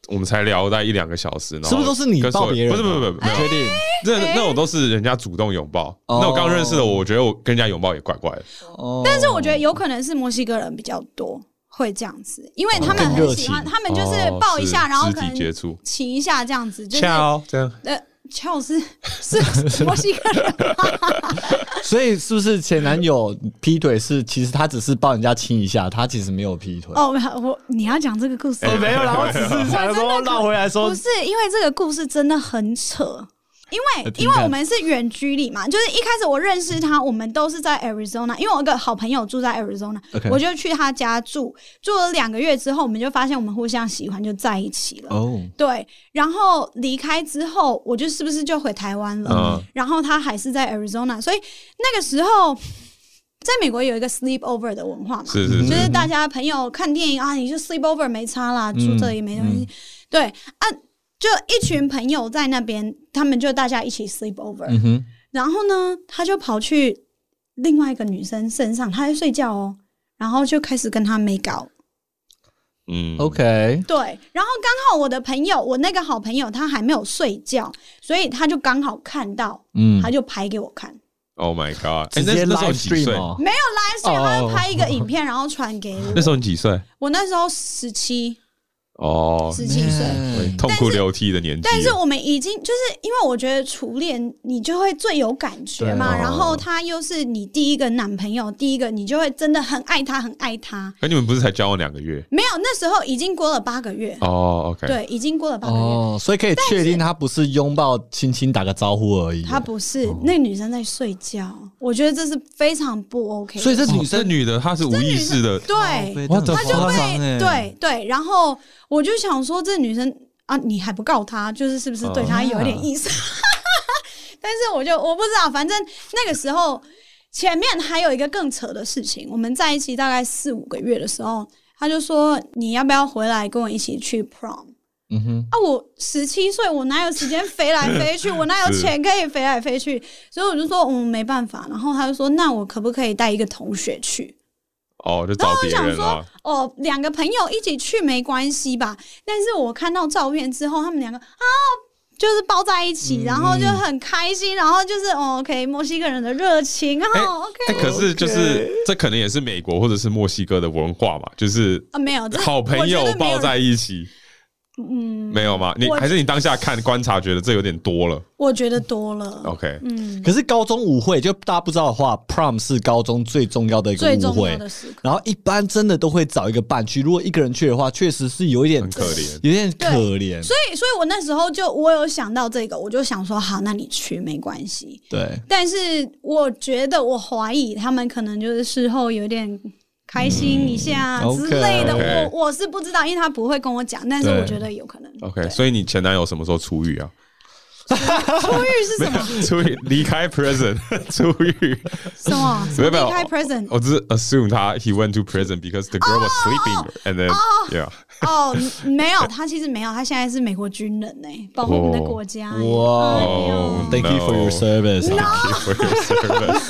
我们才聊大概一两个小时，然后是不是都是你抱别人？ 不是不是不是， 你确定？ 那那种都是人家主动拥抱。那我刚认识的我，我觉得我跟人家拥抱也怪怪的。 但是我觉得有可能是墨西哥人比较多会这样子，因为他们很喜欢，他们就是抱一下，然后可能亲一下这样子，就是这样。 呃，乔是是墨西哥人， 所以是不是前男友劈腿是其实他只是抱人家亲一下，他其实没有劈腿？ 哦，我你要讲这个故事、 欸、没有啦，我只是想说绕回来说， 不是因为这个故事真的很扯。因为因为我们是远距离嘛，就是一开始我认识他，我们都是在 Arizona， 因为我有个好朋友住在 Arizona，、okay. 我就去他家住，住了两个月之后，我们就发现我们互相喜欢，就在一起了。哦，对，然后离开之后，我就是不是就回台湾了？嗯，然后他还是在 Arizona， 所以那个时候。在美国有一个 sleepover 的文化嘛， 是是是， 就是大家朋友看电影啊，你就 sleepover 没差啦，住这里没关系、嗯嗯。对啊，就一群朋友在那边，他们就大家一起 sleepover、嗯、然后呢，他就跑去另外一个女生身上，他在睡觉哦，然后就开始跟他 make out。 嗯 ，OK， 对，然后刚好我的朋友，我那个好朋友他还没有睡觉，所以他就刚好看到，嗯，他就拍给我看。 Oh my god！ 直接 live stream 哦，没有 live stream，、oh. 他就拍一个影片，然后传给我。 那时候你几岁？ 我那时候十七。 哦， 十七岁， 痛哭流涕的年纪。 但是我们已经就是因为我觉得初恋你就会最有感觉嘛，然后他又是你第一个男朋友，第一个你就会真的很爱他，很爱他。 可你们不是才交往两个月？ 没有，那时候已经过了八个月。 哦 ，OK， 对，已经过了八个月， 哦，所以可以确定他不是拥抱、亲亲、打个招呼而已。 他不是，那个女生在睡觉，我觉得这是非常不 OK 的。 所以这女生、 哦、女的她是无意识的， 对， 她就被对对，然后。我就想说，这女生啊，你还不告她，就是是不是对她有点意思？啊、但是我就我不知道，反正那个时候前面还有一个更扯的事情。我们在一起大概四五个月的时候，他就说你要不要回来跟我一起去 prom？ 嗯哼，啊，我十七岁，我哪有时间飞来飞去？我哪有钱可以飞来飞去？所以我就说，嗯，没办法。然后他就说，那我可不可以带一个同学去？ 哦，就找别人了。然后我想说， 哦，两个朋友一起去没关系吧？但是我看到照片之后，他们两个啊，就是抱在一起，嗯、然后就很开心，然后就是、哦、OK， 墨西哥人的热情，然后 OK。 欸、可是就是、okay. 这可能也是美国或者是墨西哥的文化嘛，就是啊，没有好朋友抱在一起。嗯，没有吗？你还是你当下看观察，觉得这有点多了。 我觉得多了。 OK， 嗯。 可是高中舞会，就大家不知道的话 ，prom 是高中最重要的一个舞会，然后一般真的都会找一个伴去。如果一个人去的话，确实是有一点很可怜， 有点可怜。 所以，所以我那时候就我有想到这个，我就想说，好，那你去没关系。 对。 但是我觉得，我怀疑他们可能就是事后有点。开心一下之类的， okay, okay. 我我是不知道，因为他不会跟我讲，但是我觉得有可能。 OK， 所以你前男友什么时候出狱啊？ 出狱是什么？ 出狱离开 prison， 出狱什么？离开 prison？ 我只是 assume 他 he went to prison because the girl was sleeping and then yeah。 哦，没有，他其实没有，他现在是美国军人呢，保护我们的国家。 哇 ，Thank you for your service. Thank you for your service.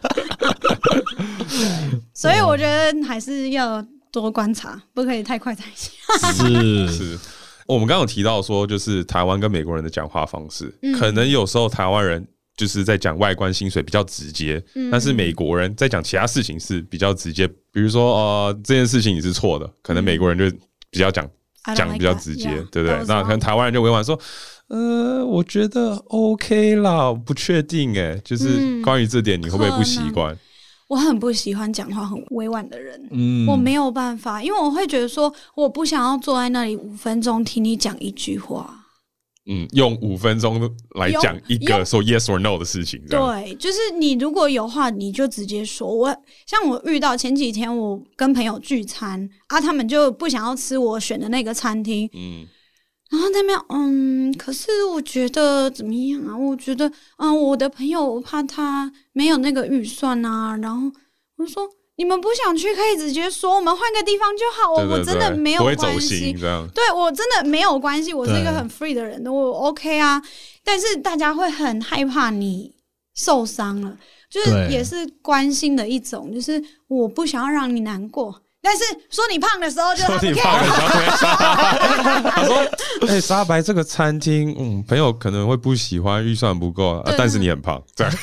所以我觉得还是要多观察，不可以太快在一起。 是是，我们刚刚有提到说，就是台湾跟美国人的讲话方式，嗯、可能有时候台湾人就是在讲外观薪水比较直接，嗯、但是美国人在讲其他事情是比较直接，比如说呃这件事情你是错的，可能美国人就比较讲讲、like、比较直接， yeah, 对不对？那可能台湾人就委婉说。呃，我觉得 OK 啦，不确定哎，就是关于这点，你会不会不习惯？嗯、 我很不喜欢讲话很委婉的人，嗯，我没有办法，因为我会觉得说，我不想要坐在那里五分钟听你讲一句话。 嗯，用五分钟来讲一个说 yes or no 的事情。 对，就是你如果有话，你就直接说。我像我遇到前几天，我跟朋友聚餐啊，他们就不想要吃我选的那个餐厅，嗯。然后那边嗯，可是我觉得怎么样啊？我觉得嗯，我的朋友我怕他没有那个预算啊。然后我就说，你们不想去可以直接说，我们换个地方就好。 对对对， 我真的没有关系， 不会走心这样。 对，我真的没有关系，我是一个很 free 的人，我 OK 啊。但是大家会很害怕你受伤了，就是也是关心的一种，就是我不想要让你难过。 但是说你胖的时候就说你胖的时候没差。他说：“哎、欸，沙白这个餐厅，嗯，朋友可能会不喜欢，预算不够、啊，但是你很胖。”这样。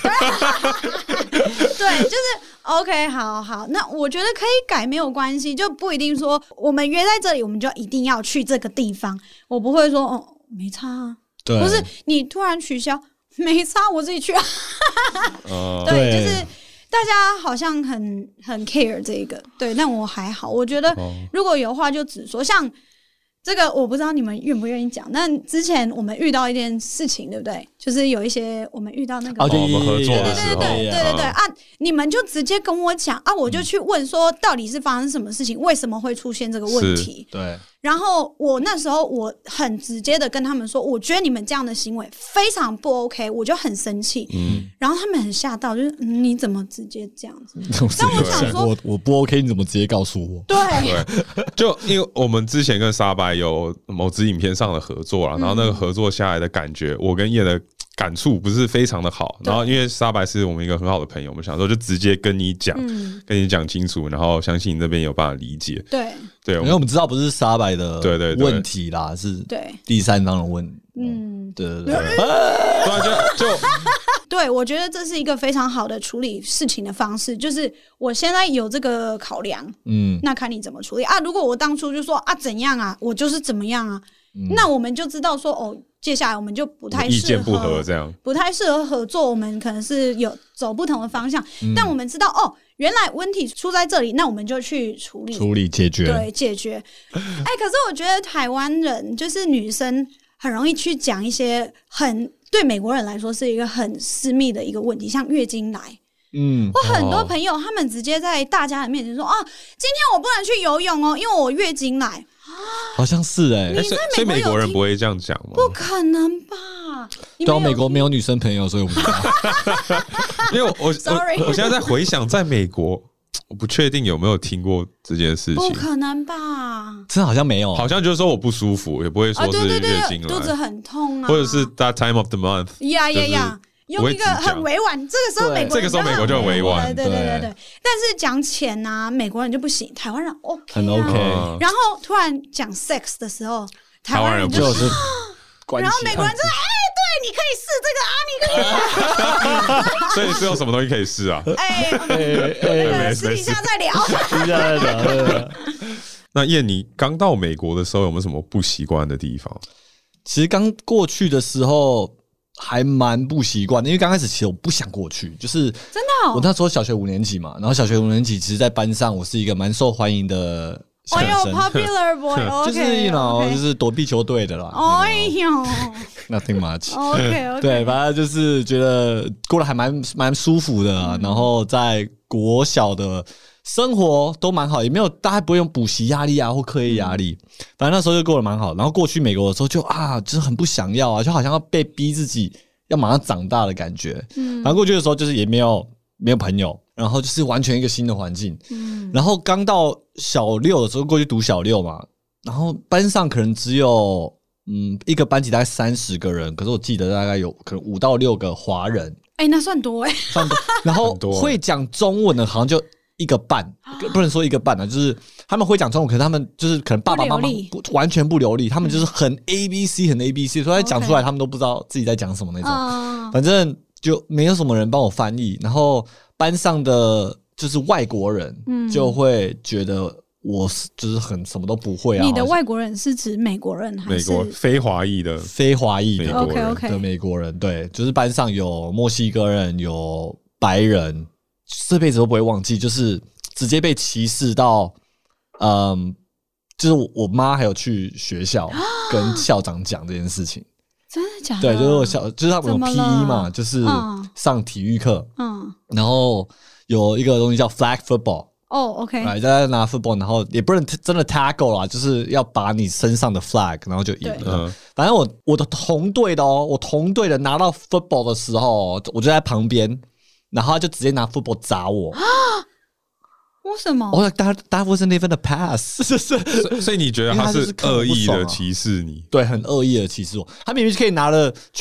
对，就是 OK， 好好，那我觉得可以改没有关系，就不一定说我们约在这里，我们就一定要去这个地方。我不会说哦，没差啊， 对， 不是你突然取消，没差，我自己去啊。 呃、 对，就是大家好像很很 care 这个，对，但我还好，我觉得如果有的话就只说，像这个我不知道你们愿不愿意讲。那之前我们遇到一件事情，对不对？就是有一些我们遇到那个， 哦，我们合作的时候， 对对对对对对啊，你们就直接跟我讲啊，我就去问说到底是发生什么事情，为什么会出现这个问题？ 对。 然后我那时候我很直接的跟他们说，我觉得你们这样的行为非常不 OK， 我就很生气。嗯，然后他们很吓到，就是、嗯、你怎么直接这样子？但我想说， 我我不 OK， 你怎么直接告诉我？ 对对，就因为我们之前跟沙白有某支影片上的合作啦，然后那个合作下来的感觉，我跟叶的感触不是非常的好。然后因为沙白是我们一个很好的朋友，我们想说就直接跟你讲，嗯、跟你讲清楚，然后相信你那边有办法理解。 对。 对， 因为我们知道不是沙白的对对问题啦，是对第三方的问题。 嗯， 对对对， 对，就就对，我觉得这是一个非常好的处理事情的方式，就是我现在有这个考量，嗯，那看你怎么处理啊。如果我当初就说啊怎样啊，我就是怎么样啊，嗯、那我们就知道说哦。接下来我们就不太适合， 意见不合这样， 不太适合合作。我们可能是有走不同的方向，嗯、但我们知道哦，原来问题出在这里，那我们就去处理、 处理、解决， 对，解决。哎、欸，可是我觉得台湾人就是女生很容易去讲一些很对美国人来说是一个很私密的一个问题，像月经来。嗯，我很多朋友他们直接在大家的面前说啊，今天我不能去游泳哦，因为我月经来。 好像是哎、 欸，所以美国人不会这样讲吗？ 不可能吧？ 对，美国没有女生朋友，所以我不知道。 因为我我我我现在在回想，在美国，我不确定有没有听过这件事情。 不可能吧？ 真的好像没有， 好像就是说我不舒服，也不会说是月经来， 肚子很痛啊， 或者是 that time of the month。 呀呀呀！用一个很委婉，这个时候美国人这个时候美国就很委婉， 对对对对对。但是讲钱啊，美国人就不行，台湾人 OK， 很 OK。 然后突然讲 sex 的时候，台湾人就是， 然后美国人就哎，对，你可以试这个啊，你可以。 所以是有什么东西可以试啊？ 哎，那个私底下再聊， 私底下再聊。 那燕，你刚到美国的时候有没有什么不习惯的地方？ 其实刚过去的时候。还蛮不习惯的，因为刚开始其实我不想过去，就是真的、哦。 我那时候小学五年级嘛，然后小学五年级其实，在班上我是一个蛮受欢迎的学生， 哎呦 ，popular boy， 就是 you know， 就是躲避球队的啦。 哎呦 ，nothing much。 OK OK。 对，反正就是觉得过得还蛮蛮舒服的、啊嗯，然后在国小的生活都蛮好，也没有大家不会用补习压力啊或课业压力，反正那时候就过得蛮好。然后过去美国的时候就啊，就是很不想要啊，就好像要被逼自己要马上长大的感觉。嗯，然后过去的时候就是也没有没有朋友，然后就是完全一个新的环境。嗯，然后刚到小六的时候过去读小六嘛，然后班上可能只有嗯一个班级大概三十个人，可是我记得大概有可能五到六个华人。 哎、欸，那算多哎、欸， 算多。然后会讲中文的，好像就一个半，不能说一个半啊，就是他们会讲中文，可是他们就是可能爸爸妈妈完全不流利，他们就是很 A B C 很 A B C， 所以他讲出来他们都不知道自己在讲什么那种。Okay. 反正就没有什么人帮我翻译，然后班上的就是外国人就会觉得我就是很什么都不会啊。 你的外国人是指美国人还是美国非华裔的？ 非华裔的 OK OK 的美国人，对，就是班上有墨西哥人，有白人。这辈子都不会忘记，就是直接被歧视到，嗯，就是我妈还有去学校跟校长讲这件事事情。 真的假的？ 对，就是我小，就是他们有 P E 嘛，就是上体育课，嗯，然后有一个东西叫 flag football。 哦 ，OK， 来，大家拿 football， 然后也不能真的 tackle 啦，就是要把你身上的 flag， 然后就赢了。反正我我的同队的哦，我同队的拿到 football 的时候，我就在旁边。然后他就直接拿 football 砸我啊！ 为什么？ 我大大部分 even the pass， 是是， 所以你觉得他是恶意的歧视你？ 对，很恶意的歧视我。他明明可以拿了球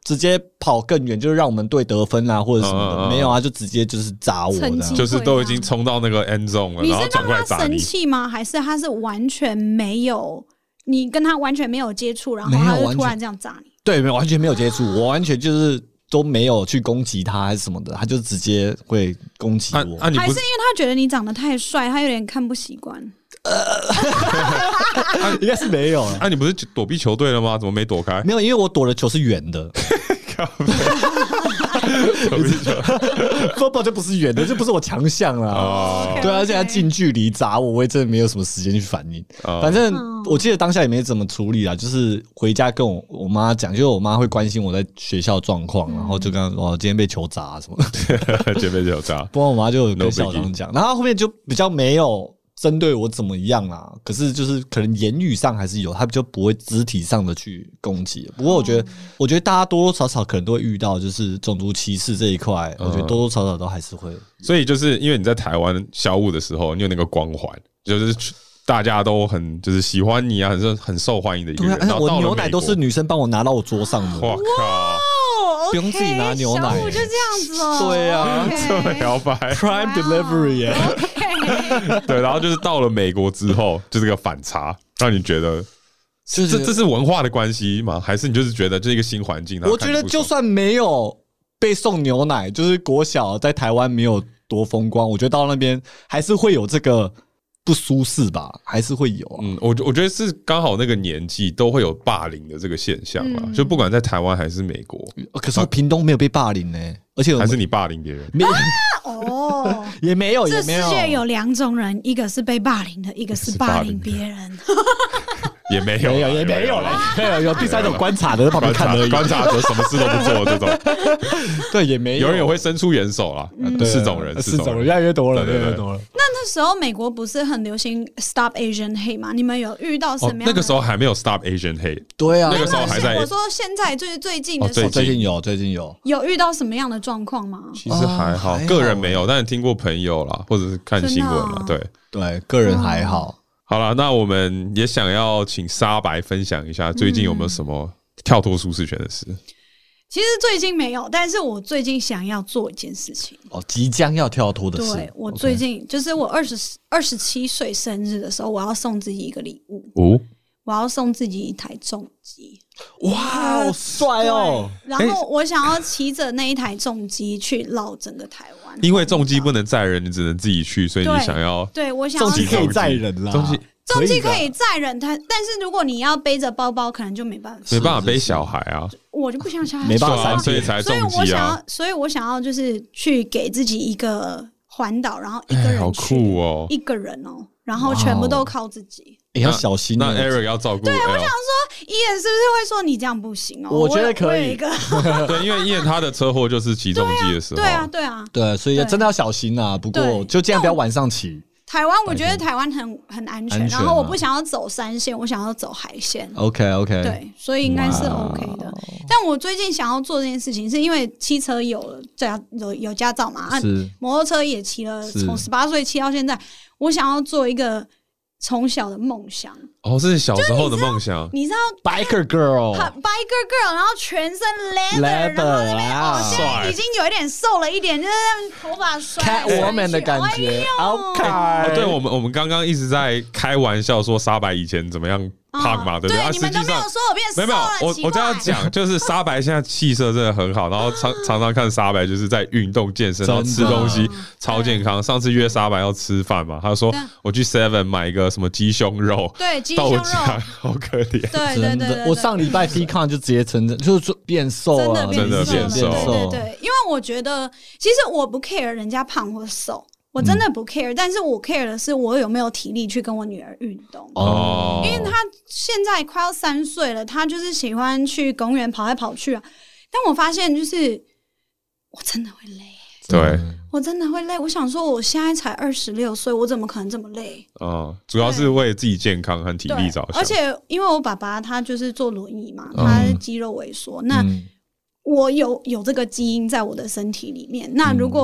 直接跑更远，就是让我们队得分啊，或者什么的，嗯、没有啊，就直接就是砸我的， 就是都已经冲到那个 end zone 了，然后转过来砸你。 你是让他生气吗？还是他是完全没有，你跟他完全没有接触，然后他就突然这样砸你？ 对，没有完全没有接触，我完全就是都没有去攻击他还是什么的，他就直接会攻击我。 啊啊、你还是因为他觉得你长得太帅，他有点看不习惯。 呃，应该是没有了。 啊，你不是躲避球队了吗？怎么没躲开？ 没有，因为我躲的球是圆的。躲避球 ，football 就不是圆的，这不是我强项啦。哦，对啊，而且他近距离砸我，我也真的没有什么时间去反应。哦、反正我记得当下也没怎么处理啦，就是回家跟我我妈讲，就是我妈会关心我在学校状况，然后就跟她说、哦、今天被球砸什么的， 今天被球砸。 不然我妈就跟校长讲，然后后面就比较没有针对我怎么样啦，可是就是可能言语上还是有，他就不会肢体上的去攻击。不过我觉得，哦、我觉得大家多多少少可能都会遇到，就是种族歧视这一块，嗯、我觉得多多少少都还是会。 所以就是因为你在台湾小五的时候，你有那个光环，就是大家都很就是喜欢你啊，很很受欢迎的一个人。 对啊，我牛奶都是女生帮我拿到我桌上的。 哇靠！ Okay, 不用自己拿牛奶， 小五就这样子哦。 对啊， 这么摇摆 ，Prime Delivery 耶。 Okay. 对，然后就是到了美国之后，就这个反差，让你觉得，就是这这是文化的关系吗？还是你就是觉得这是一个新环境？ 我觉得就算没有被送牛奶，就是国小在台湾没有多风光，我觉得到那边还是会有这个不舒适吧，还是会有、啊。 嗯，我我觉得是刚好那个年纪都会有霸凌的这个现象吧，嗯、就不管在台湾还是美国。 可是我屏东没有被霸凌呢、欸，而且还是你霸凌别人。 啊哦， 也没有， 这世也没有。 界有两种人，一个是被霸凌的，一个是霸凌别人。 也没有， 没有，也没有了，没有，有第三种观察的，旁边看而已。 观察者什么事都不做这种。 对，也没有。 有人也会伸出援手啦，嗯、四种人， 四种人，越来越多了， 对对对越来越多了。 那那时候美国不是很流行 Stop Asian Hate 吗？你们有遇到什么样的、 哦？那个时候还没有 Stop Asian Hate。 对啊， 那个时候还在。 我说现在最最近的时候、 哦，最近有，最近有。 有遇到什么样的状况吗？ 其实还好，个人没有，但是听过朋友啦，或者是看新闻啦，对对，个人还好。 好了，那我们也想要请沙白分享一下，最近有没有什么跳脱舒适圈的事？嗯、 其实最近没有，但是我最近想要做一件事情。 哦，即将要跳脱的事。 对，我最近、okay. 就是我二十二十七岁生日的时候，我要送自己一个礼物。哦，我要送自己一台重机。 哇，好帅哦！ 然后我想要骑着那一台重机去绕整个台湾。 因为重机不能载人，你只能自己去，所以你想要对我想要重机可以载人啦， 重机重机可以载人，但但是如果你要背着包包，可能就没办法， 没办法背小孩啊。 我就不想小孩， 没办法、啊， 所以才重机啊。 所以我想要，所以我想要就是去给自己一个环岛，然后一个人去， 好酷哦， 一个人哦，然后全部都靠自己。 也、欸、要小心、 欸。那 Eric 要照顾。 对，我想说，Ian 是不是会说你这样不行哦？ 我觉得可以。 对，因为 Ian 他的车祸就是骑重机的时候。 对啊，对啊， 对，所以真的要小心啊。不过就尽量不要晚上骑。 台湾，我觉得台湾很很安全，安全啊、然后我不想要走山线，我想要走海线。 OK OK。 对，所以应该是 OK 的。但我最近想要做这件事情，是因为汽车有了驾有有驾照嘛，啊，摩托车也骑了，从十八岁骑到现在，我想要做一个从小的梦想。 哦，这是小时候的梦想。 你知道 ，Biker Girl，Biker Girl， 然后全身 leather， 然后那边哦，现在已经有一点瘦了一点，就是头发甩 Catwoman 的感觉。OK， 哦，对，我们我们刚刚一直在开玩笑说沙白以前怎么样。胖嘛，对不对？ 对，你们都没有说我变瘦了。 没有，我我这样讲，就是沙白现在气色真的很好，然后常常常看沙白就是在运动健身，然后吃东西超健康。上次约沙白要吃饭嘛，他说我去 Seven 买一个什么鸡胸肉， 对，鸡胸肉， 好可怜。 对对对， 我上礼拜 T-Con 就直接承认，就是变瘦了， 真的变瘦。 对对对，因为我觉得其实我不 care 人家胖或瘦。我真的不 care，、嗯、但是我 care 的是我有没有体力去跟我女儿运动。哦，因为她现在快要三岁了，她就是喜欢去公园跑来跑去啊。但我发现就是我真的会累， 对， 我真的会累。我想说，我现在才二十六岁，我怎么可能这么累？ 哦，主要是为自己健康和体力着想。 而且因为我爸爸他就是坐轮椅嘛，他肌肉萎缩，嗯、那我有有这个基因在我的身体里面。那如果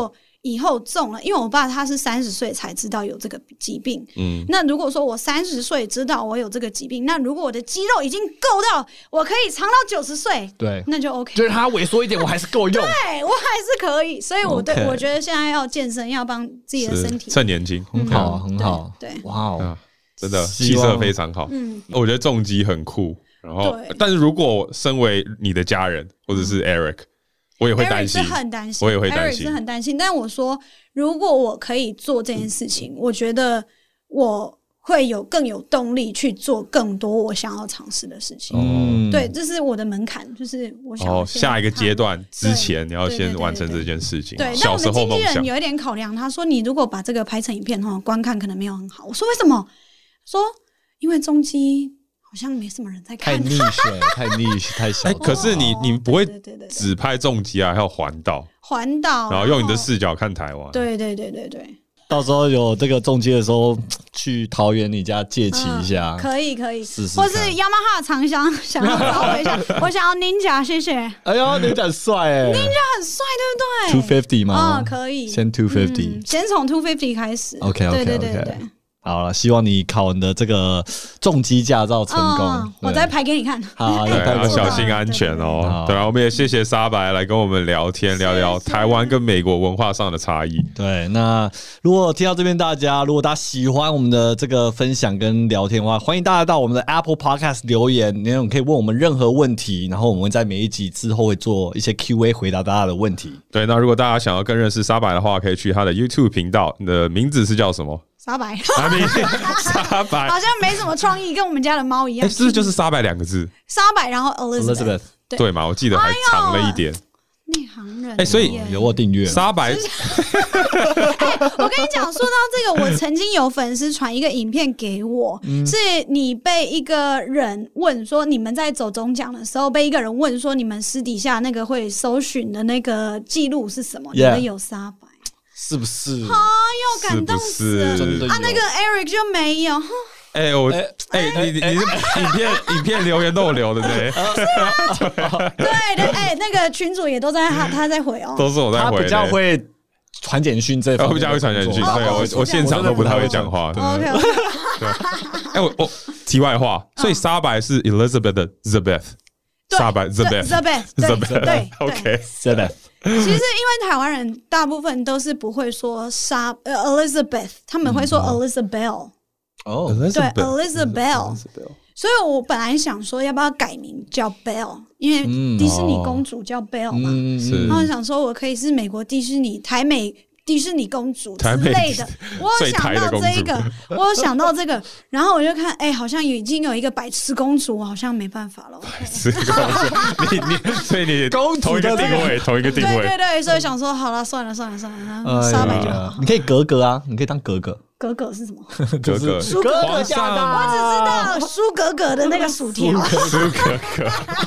以后中了，因为我爸他是三十岁才知道有这个疾病。嗯，那如果说我三十岁知道我有这个疾病，那如果我的肌肉已经够到我可以长到九十岁， 对， 那就 OK。 就是他萎缩一点，我还是够用。 对，我还是可以。所以我对、okay. 我觉得现在要健身，要帮自己的身体趁年轻， 很好，很好。 对， 哇哦、wow 啊， 真的气色非常好。嗯，我觉得重击很酷。然后，但是如果身为你的家人或者是 Eric。我也会担心， Eric 是很担心， 我也会担心 ，Eric 是很担心。但我说，如果我可以做这件事情，我觉得我会有更有动力去做更多我想要尝试的事情。嗯，对，这是我的门槛，就是我想要哦，下一个阶段之前，你要先完成这件事情。 对，那我们经纪人有一点考量，他说：“你如果把这个拍成影片，哈，观看可能没有很好。”我说：“为什么？”说：“因为中基。”好像没什么人在看， 太 niche 了，太 niche， 太小。 哎、欸，可是你你不会只拍重击啊，还有环岛， 环岛， 然后用你的视角看台湾。 对对对对对。 到时候有这个重击的时候，去桃园你家借骑一下， 嗯、可以可以， 试试。 或是雅马哈长箱，想要找我一下，我想要 Ninja， 谢谢。 哎呦 ，Ninja 很帅哎 ，Ninja 很帅，对不对 ？two fifty 吗？ 啊、嗯，可以， 先 two fifty，、嗯、 先从 two fifty 开始。 OK OK OK。 对对对对。 好了，希望你考完的这个重机驾照成功， 嗯、我再拍给你看。 好，对，要小心安全哦。对啊，我们也谢谢沙白来跟我们聊天，聊聊台湾跟美国文化上的差异。 对，那如果听到这边大家，如果大家喜欢我们的这个分享跟聊天的话，欢迎大家到我们的 Apple Podcast 留言，你可以问我们任何问题，然后我们在每一集之后会做一些 Q A 回答大家的问题。 对，那如果大家想要更认识沙白的话，可以去他的 YouTube 频道，你的名字是叫什么？ 沙白， 沙白好像没什么创意，跟我们家的猫一样。 哎、欸，是不是就是沙白两个字？ 沙白，然后 Elizabeth，, Elizabeth 对, 对嘛？我记得还长了一点。 内行人， 哎、欸，所以有我订阅沙白。 哎、欸，我跟你讲，说到这个，我曾经有粉丝传一个影片给我，嗯、是你被一个人问说，你们在走中奖的时候，被一个人问说，你们私底下那个会搜寻的那个记录是什么？ Yeah. 你们有沙白。 是不是？ 好、哦，又感动死了！ 真的啊，那个 Eric 就没有。 哎、欸，我哎、欸欸，你你你影片影片留言都有留的呢。 对对，哎、欸，那个群主也都在他他在回哦， 都是我在回。 他比较会传简讯这方面， 我比较会传简讯。对，我我现场都不太会讲话。 OK OK。 对。哎，我我题外话，所以沙白是 Elizabeth 的 Zabeth， 沙白 Zabeth Zabeth Zabeth 对 OK Zabeth。 其实，因为台湾人大部分都是不会说沙呃 Elizabeth， 他们会说 Elizabeth。 哦， 对 Elizabeth。所以我本来想说，要不要改名叫 Belle， 因为迪士尼公主叫 Belle 嘛。嗯、然后想说，我可以是美国迪士尼台美迪士尼公主之类的。我有想到这一个，我有想到这个，然后我就看，哎、欸，好像已经有一个白痴公主，我好像没办法了。 白痴公主，你你所以你公主同一个定位，同一个定位。 对对对，所以想说，好了，算了算了算了，沙白就好。 你可以格格啊，你可以当格格。 格格是什么？ 格格， 苏格格驾到，我只知道苏格格的那个薯条。 苏格格。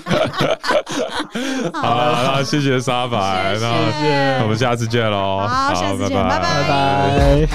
好了，那谢谢沙白，那我们下次见喽。 好，下次见，拜拜拜拜。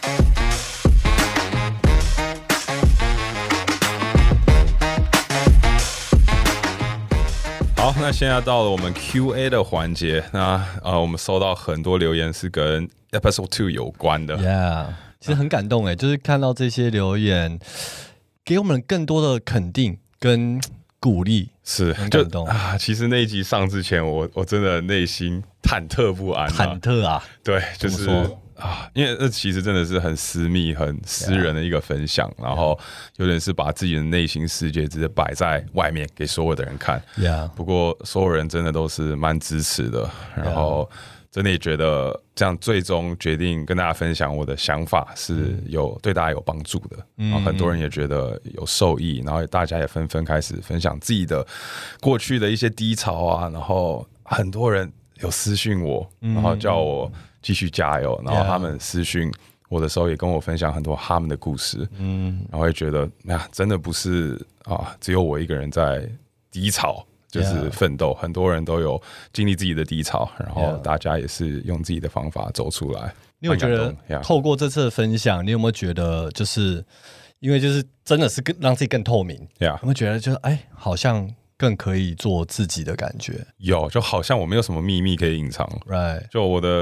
好，那现在到了我们 Q A 的环节。那呃，我们收到很多留言是跟 Episode Two 有关的。 Yeah。其实很感动哎，就是看到这些留言，给我们更多的肯定跟鼓励， 是很感动啊！其实那一集上之前，我我真的内心忐忑不安、啊， 忐忑啊！ 对，就是啊，因为那其实真的是很私密、很私人的一个分享， yeah. 然后有点是把自己的内心世界直接摆在外面给所有的人看。 Yeah. 不过所有人真的都是蛮支持的，然后。Yeah.真的也觉得这样最终决定跟大家分享我的想法是有对大家有帮助的，然后很多人也觉得有受益，然后大家也纷纷开始分享自己的过去的一些低潮啊，然后很多人有私讯我，然后叫我继续加油，然后他们私讯我的时候也跟我分享很多他们的故事，嗯，然后会觉得那真的不是啊，只有我一个人在低潮。就是奋斗， yeah. 很多人都有经历自己的低潮，然后大家也是用自己的方法走出来。 你有觉得透过这次的分享，你有没有觉得就是因为就是真的是更让自己更透明？ Yeah. 有没有觉得就是哎，好像更可以做自己的感觉？ 有，就好像我没有什么秘密可以隐藏。 Right， 就我的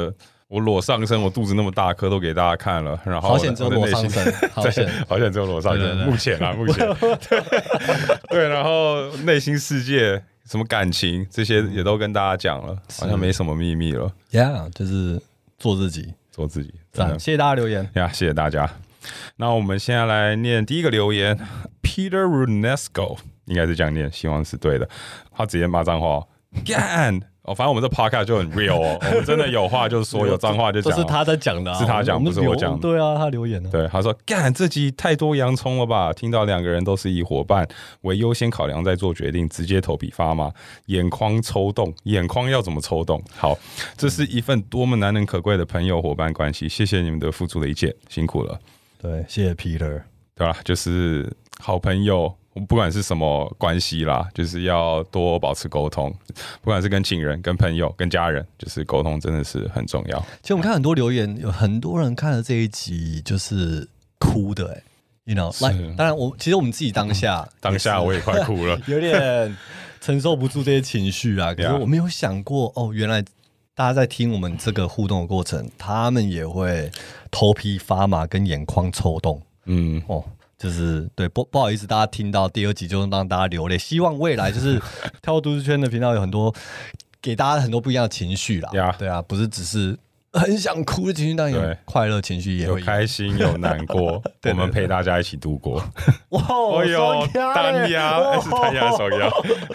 我裸上身，我肚子那么大颗都给大家看了，然后好险只有裸上身，好险好险只有裸上身，目前啊目前对，然后内心世界什么感情这些也都跟大家讲了，好像没什么秘密了。 Yeah， 就是做自己， 做自己。 谢谢大家留言呀， yeah, 谢谢大家。那我们现在来念第一个留言 ，Peter Runesco 应该是这样念，希望是对的。他直接骂脏话，干。哦，反正我们这 podcast 就很 real 哦，我们真的有话就说，有脏话就讲。 这是他在讲的、啊， 是他讲，不是我讲。 对啊，他留言了。 对，他说：“干，这集太多洋葱了吧？听到两个人都是以伙伴为优先考量在做决定，直接头皮发麻，眼眶抽动，眼眶要怎么抽动？好，这是一份多么难能可贵的朋友伙伴关系，谢谢你们的付出的一切，辛苦了。 对，谢谢 Peter， 对吧？就是好朋友。”不管是什么关系啦，就是要多保持沟通，不管是跟亲人、跟朋友、跟家人，就是沟通真的是很重要。 其实我们看很多留言，有很多人看了这一集就是哭的、欸，哎 ，you know，like, 当然我其实我们自己当下， 嗯、当下我也快哭了， 有点承受不住这些情绪啊。可是我没有想过，哦，原来大家在听我们这个互动的过程，他们也会头皮发麻跟眼眶抽动，嗯，哦。就是对不不好意思，大家听到第二集就让大家流泪。希望未来就是跳过都市圈的频道有很多给大家很多不一样的情绪啦。Yeah. 对啊，不是只是很想哭的情绪，但有快乐情绪也会有， 有开心有难过，我们陪大家一起度过。 哇，哎呦， 单压 S 单压手压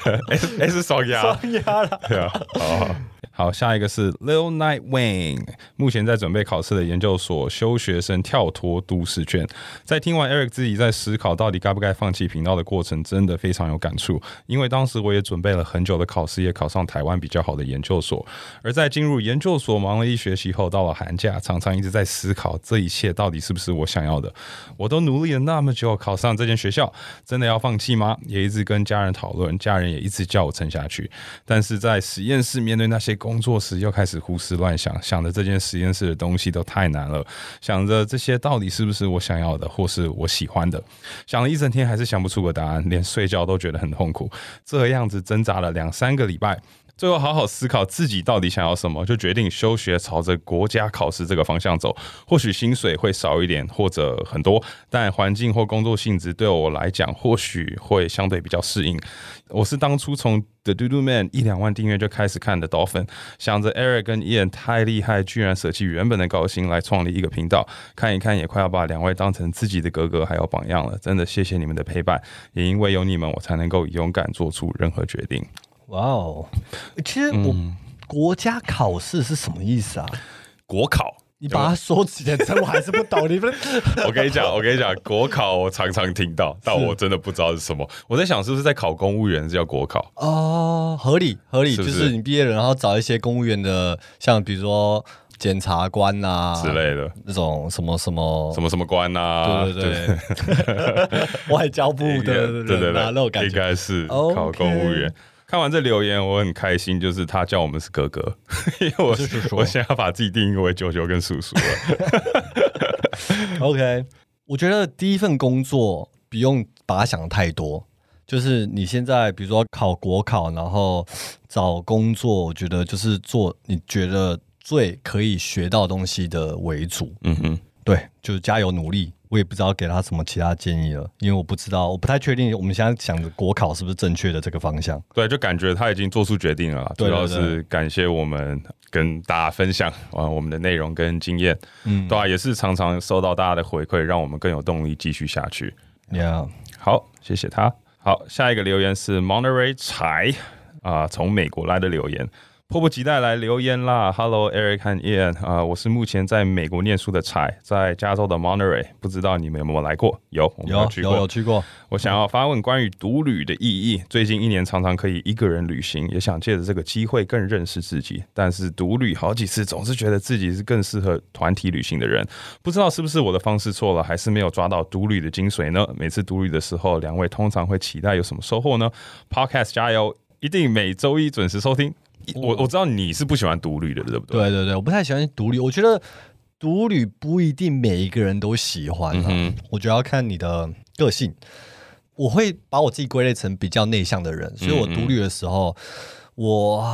，S S 手压， 双压了。 对啊，好。好，下一个是 Lil Nightwing， 目前在准备考试的研究所修学生跳脱都市圈。在听完 Eric 自己在思考到底该不该放弃频道的过程，真的非常有感触。因为当时我也准备了很久的考试，也考上台湾比较好的研究所。而在进入研究所忙了一学期后，到了寒假，常常一直在思考这一切到底是不是我想要的。我都努力了那么久，考上这间学校，真的要放弃吗？也一直跟家人讨论，家人也一直叫我撑下去。但是在实验室面对那些工作时又开始胡思乱想，想着这件实验室的东西都太难了，想着这些到底是不是我想要的或是我喜欢的，想了一整天还是想不出个答案，连睡觉都觉得很痛苦。这样子挣扎了两三个礼拜，最后好好思考自己到底想要什么，就决定休学，朝着国家考试这个方向走。或许薪水会少一点或者很多，但环境或工作性质对我来讲或许会相对比较适应。我是当初从 The Doodoo Man 一两万订阅就开始看的 Dolphin， 想着 Eric 跟 Ian 太厉害，居然舍弃原本的高薪来创立一个频道，看一看也快要把两位当成自己的哥哥还有榜样了。真的谢谢你们的陪伴，也因为有你们我才能够勇敢做出任何决定。 哇哦，其实我、嗯、国家考试是什么意思啊？ 国考， 你把它说起来，我还是不懂。你们， 我跟你讲，我跟你讲，国考我常常听到，但我真的不知道是什么。我在想，是不是在考公务员是叫国考？ 哦，合理合理， 是不是就是你毕业了，然后找一些公务员的，像比如说检察官啊之类的， 那种什么什么什么什么官啊， 对对对，外交部的人啊， 对对对， 那种感觉应该是考公务员。Okay，看完这留言，我很开心，就是他叫我们是哥哥，因为我我现在要把自己定义为舅舅跟叔叔了。 OK， 我觉得第一份工作不用把它想得太多，就是你现在比如说考国考，然后找工作，我觉得就是做你觉得最可以学到东西的为主。嗯哼，对，就是加油努力。我也不知道给他什么其他建议了，因为我不知道，我不太确定我们现在想的国考是不是正确的这个方向。 对，就感觉他已经做出决定了啦，主要是感谢我们跟大家分享啊我们的内容跟经验，嗯，对啊，也是常常收到大家的回馈，让我们更有动力继续下去。 Yeah， 好，谢谢他。好，下一个留言是 Monterey 柴啊，从美国来的留言。迫不及待来留言啦 ！Hello Eric 和 Ian 啊、呃，我是目前在美国念书的柴，在加州的 Monterey， 不知道你们有没有来过？有，我们有去过， 有有去过。 我想要发问关于独旅的意义。最近一年常常可以一个人旅行，也想借着这个机会更认识自己。但是独旅好几次，总是觉得自己是更适合团体旅行的人。不知道是不是我的方式错了，还是没有抓到独旅的精髓呢？每次独旅的时候，两位通常会期待有什么收获呢 ？Podcast 加油，一定每周一准时收听。我我知道你是不喜欢独旅的，对不对？ 对对对，我不太喜欢独旅。我觉得独旅不一定每一个人都喜欢、啊嗯、我觉得要看你的个性。我会把我自己归类成比较内向的人，所以我独旅的时候，我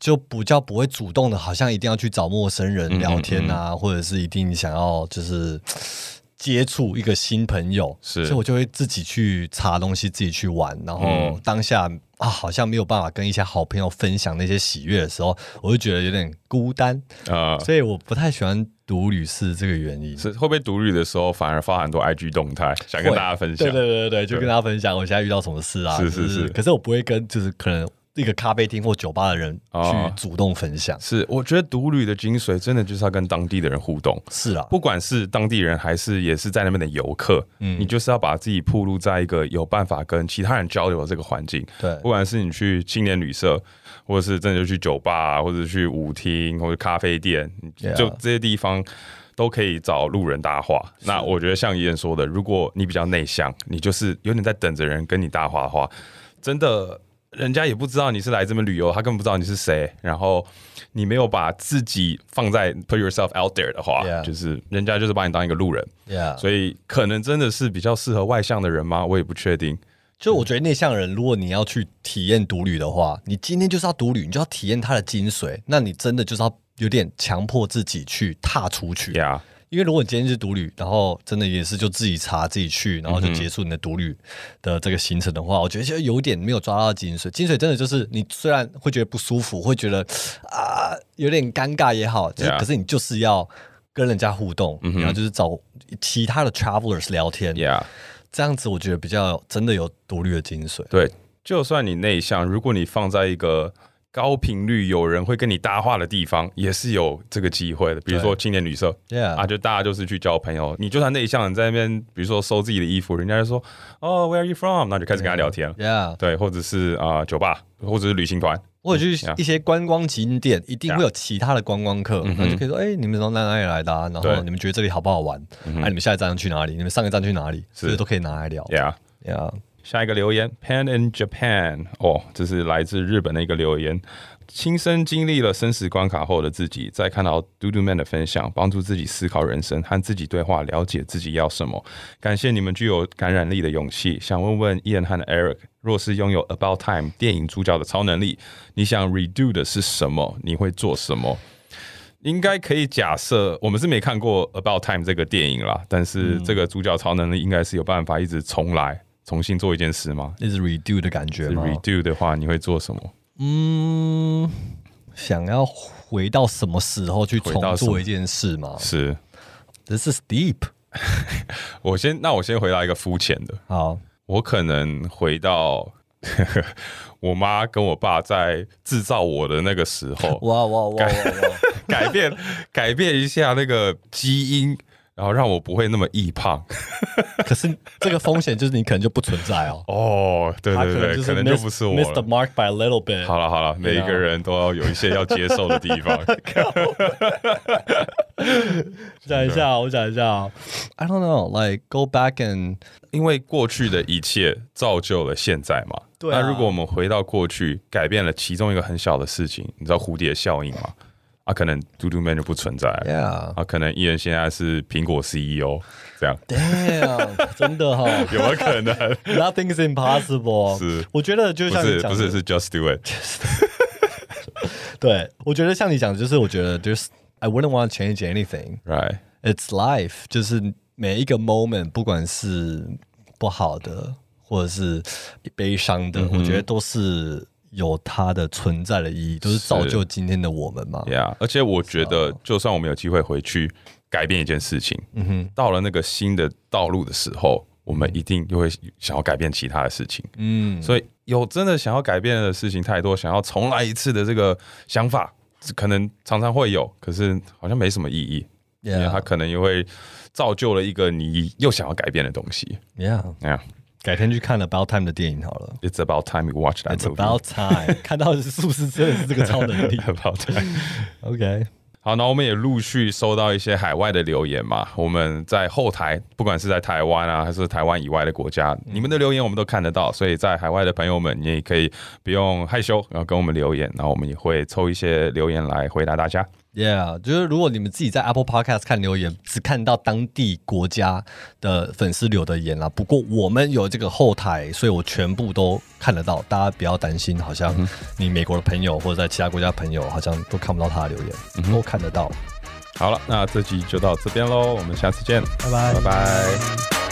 就比较不会主动的，好像一定要去找陌生人聊天啊，嗯嗯嗯或者是一定想要就是接触一个新朋友， 是， 所以我就会自己去查东西，自己去玩，然后当下、嗯、啊，好像没有办法跟一些好朋友分享那些喜悦的时候，我就觉得有点孤单啊、呃，所以我不太喜欢独旅是这个原因。 是会不会独旅的时候反而发很多 I G 动态，想跟大家分享？ 对对对对，就跟大家分享我现在遇到什么事啊， 是是是， 可是我不会跟就是可能。一个咖啡厅或酒吧的人去主动分享、哦、 是，我觉得独旅的精髓真的就是要跟当地的人互动。 是啊， 不管是当地人还是也是在那边的游客，嗯，你就是要把自己暴露在一个有办法跟其他人交流的这个环境。 对， 不管是你去青年旅社，或者是真的就去酒吧，或者去舞厅或者咖啡店， yeah. 就这些地方都可以找路人搭话。那我觉得像怡人说的，如果你比较内向，你就是有点在等着人跟你搭话的话，真的。人家也不知道你是来这边旅游，他根本不知道你是谁。然后你没有把自己放在 put yourself out there 的话， yeah. 就是人家就是把你当一个路人。 Yeah. 所以可能真的是比较适合外向的人吗？我也不确定。 就我觉得内向人，如果你要去体验独旅的话，你今天就是要独旅，你就要体验它的精髓。那你真的就是要有点强迫自己去踏出去。 Yeah. 因为如果你今天是独旅，然后真的也是就自己查自己去，然后就结束你的独旅的这个行程的话，我觉得就有点没有抓到精髓。精髓真的就是你虽然会觉得不舒服，会觉得啊有点尴尬也好，就是 yeah. 可是你就是要跟人家互动，嗯、然后就是找其他的 travelers 聊天， yeah. 这样子我觉得比较真的有独旅的精髓。 对，就算你内向，如果你放在一个高频率有人会跟你搭话的地方，也是有这个机会的。比如说青年旅社、 yeah. 啊，就大家就是去交朋友。你就算内向，你在那边，比如说收自己的衣服，人家就说哦、oh, ，Where are you from？ 那就开始跟他聊天了。 Yeah. 对，或者是啊、呃、酒吧，或者是旅行团， 或者去一些观光景点， yeah. 一定会有其他的观光客， yeah. 然后就可以说，哎、欸，你们从哪里来的、啊？然后你们觉得这里好不好玩？哎、嗯啊，你们下一站去哪里？你们上一站去哪里？这些都可以拿来聊。 Yeah, yeah. 下一个留言 ，Pan in Japan， 哦，这是来自日本的一个留言。亲身经历了生死关卡后的自己，再看到嘟嘟 man 的分享，帮助自己思考人生，和自己对话，了解自己要什么。感谢你们具有感染力的勇气。想问问 Ian 和 Eric， 若是拥有 About Time 电影主角的超能力，你想 redo 的是什么？你会做什么？应该可以假设，我们是没看过 About Time 这个电影啦，但是这个主角超能力应该是有办法一直重来，重新做一件事吗？ 一直 redo 的感觉吗？ redo 的话，你会做什么？ 嗯，想要回到什么时候去重做一件事吗？ 是 ，This is deep 我先，那我先回答一个肤浅的。 好， 我可能回到我妈跟我爸在制造我的那个时候， 哇哇哇哇哇， 改变改变一下那个基因。然后让我不会那么易胖， 可是这个风险就是你可能就不存在哦。 哦，对对对，可能就不是我了。 Miss the mark by a little bit。 好了好了，每一个人都要有一些要接受的地方。 讲一下，我讲一下。I don't know, like go back and， 因为过去的一切造就了现在嘛。 对啊。 那如果我们回到过去，改变了其中一个很小的事情，你知道蝴蝶效应吗？啊，可能嘟嘟 man 就不存在了。 Yeah. 啊，可能艺人现在是苹果 C E O 这样。 Damn， 真的哈、哦， 有没有可能 ？Nothing is impossible。 是， 我觉得就像你讲的， 不是不是是 just do it 。 对，我觉得像你讲的，就是我觉得就是 I wouldn't want to change anything. Right. It's life， 就是每一个 moment， 不管是不好的或者是悲伤的，嗯、我觉得都是。有它的存在的意义，都是造就今天的我们嘛。 Yeah， 而且我觉得，就算我们有机会回去改变一件事情，嗯哼，到了那个新的道路的时候，我们一定又会想要改变其他的事情。嗯，所以有真的想要改变的事情太多，想要重来一次的这个想法，可能常常会有，可是好像没什么意义， yeah. 因为它可能又会造就了一个你又想要改变的东西。 Yeah， yeah。 改天去看 About Time 的电影好了。 It's about time we watch that movie. It's movie. about time 看到的是不是真的是这个超能力 ？About time. OK。 好，那我们也陆续收到一些海外的留言嘛。我们在后台，不管是在台湾啊，还是台湾以外的国家，你们的留言我们都看得到。所以在海外的朋友们，你也可以不用害羞，然后跟我们留言，然后我们也会抽一些留言来回答大家。 Yeah， 就是如果你们自己在 Apple Podcast 看留言，只看到当地国家的粉丝留的言啦。不过我们有这个后台，所以我全部都看得到。大家不要担心，好像你美国的朋友或者在其他国家的朋友，好像都看不到他的留言，嗯、都看得到。 好了，那这集就到这边喽，我们下次见， 拜拜， 拜拜。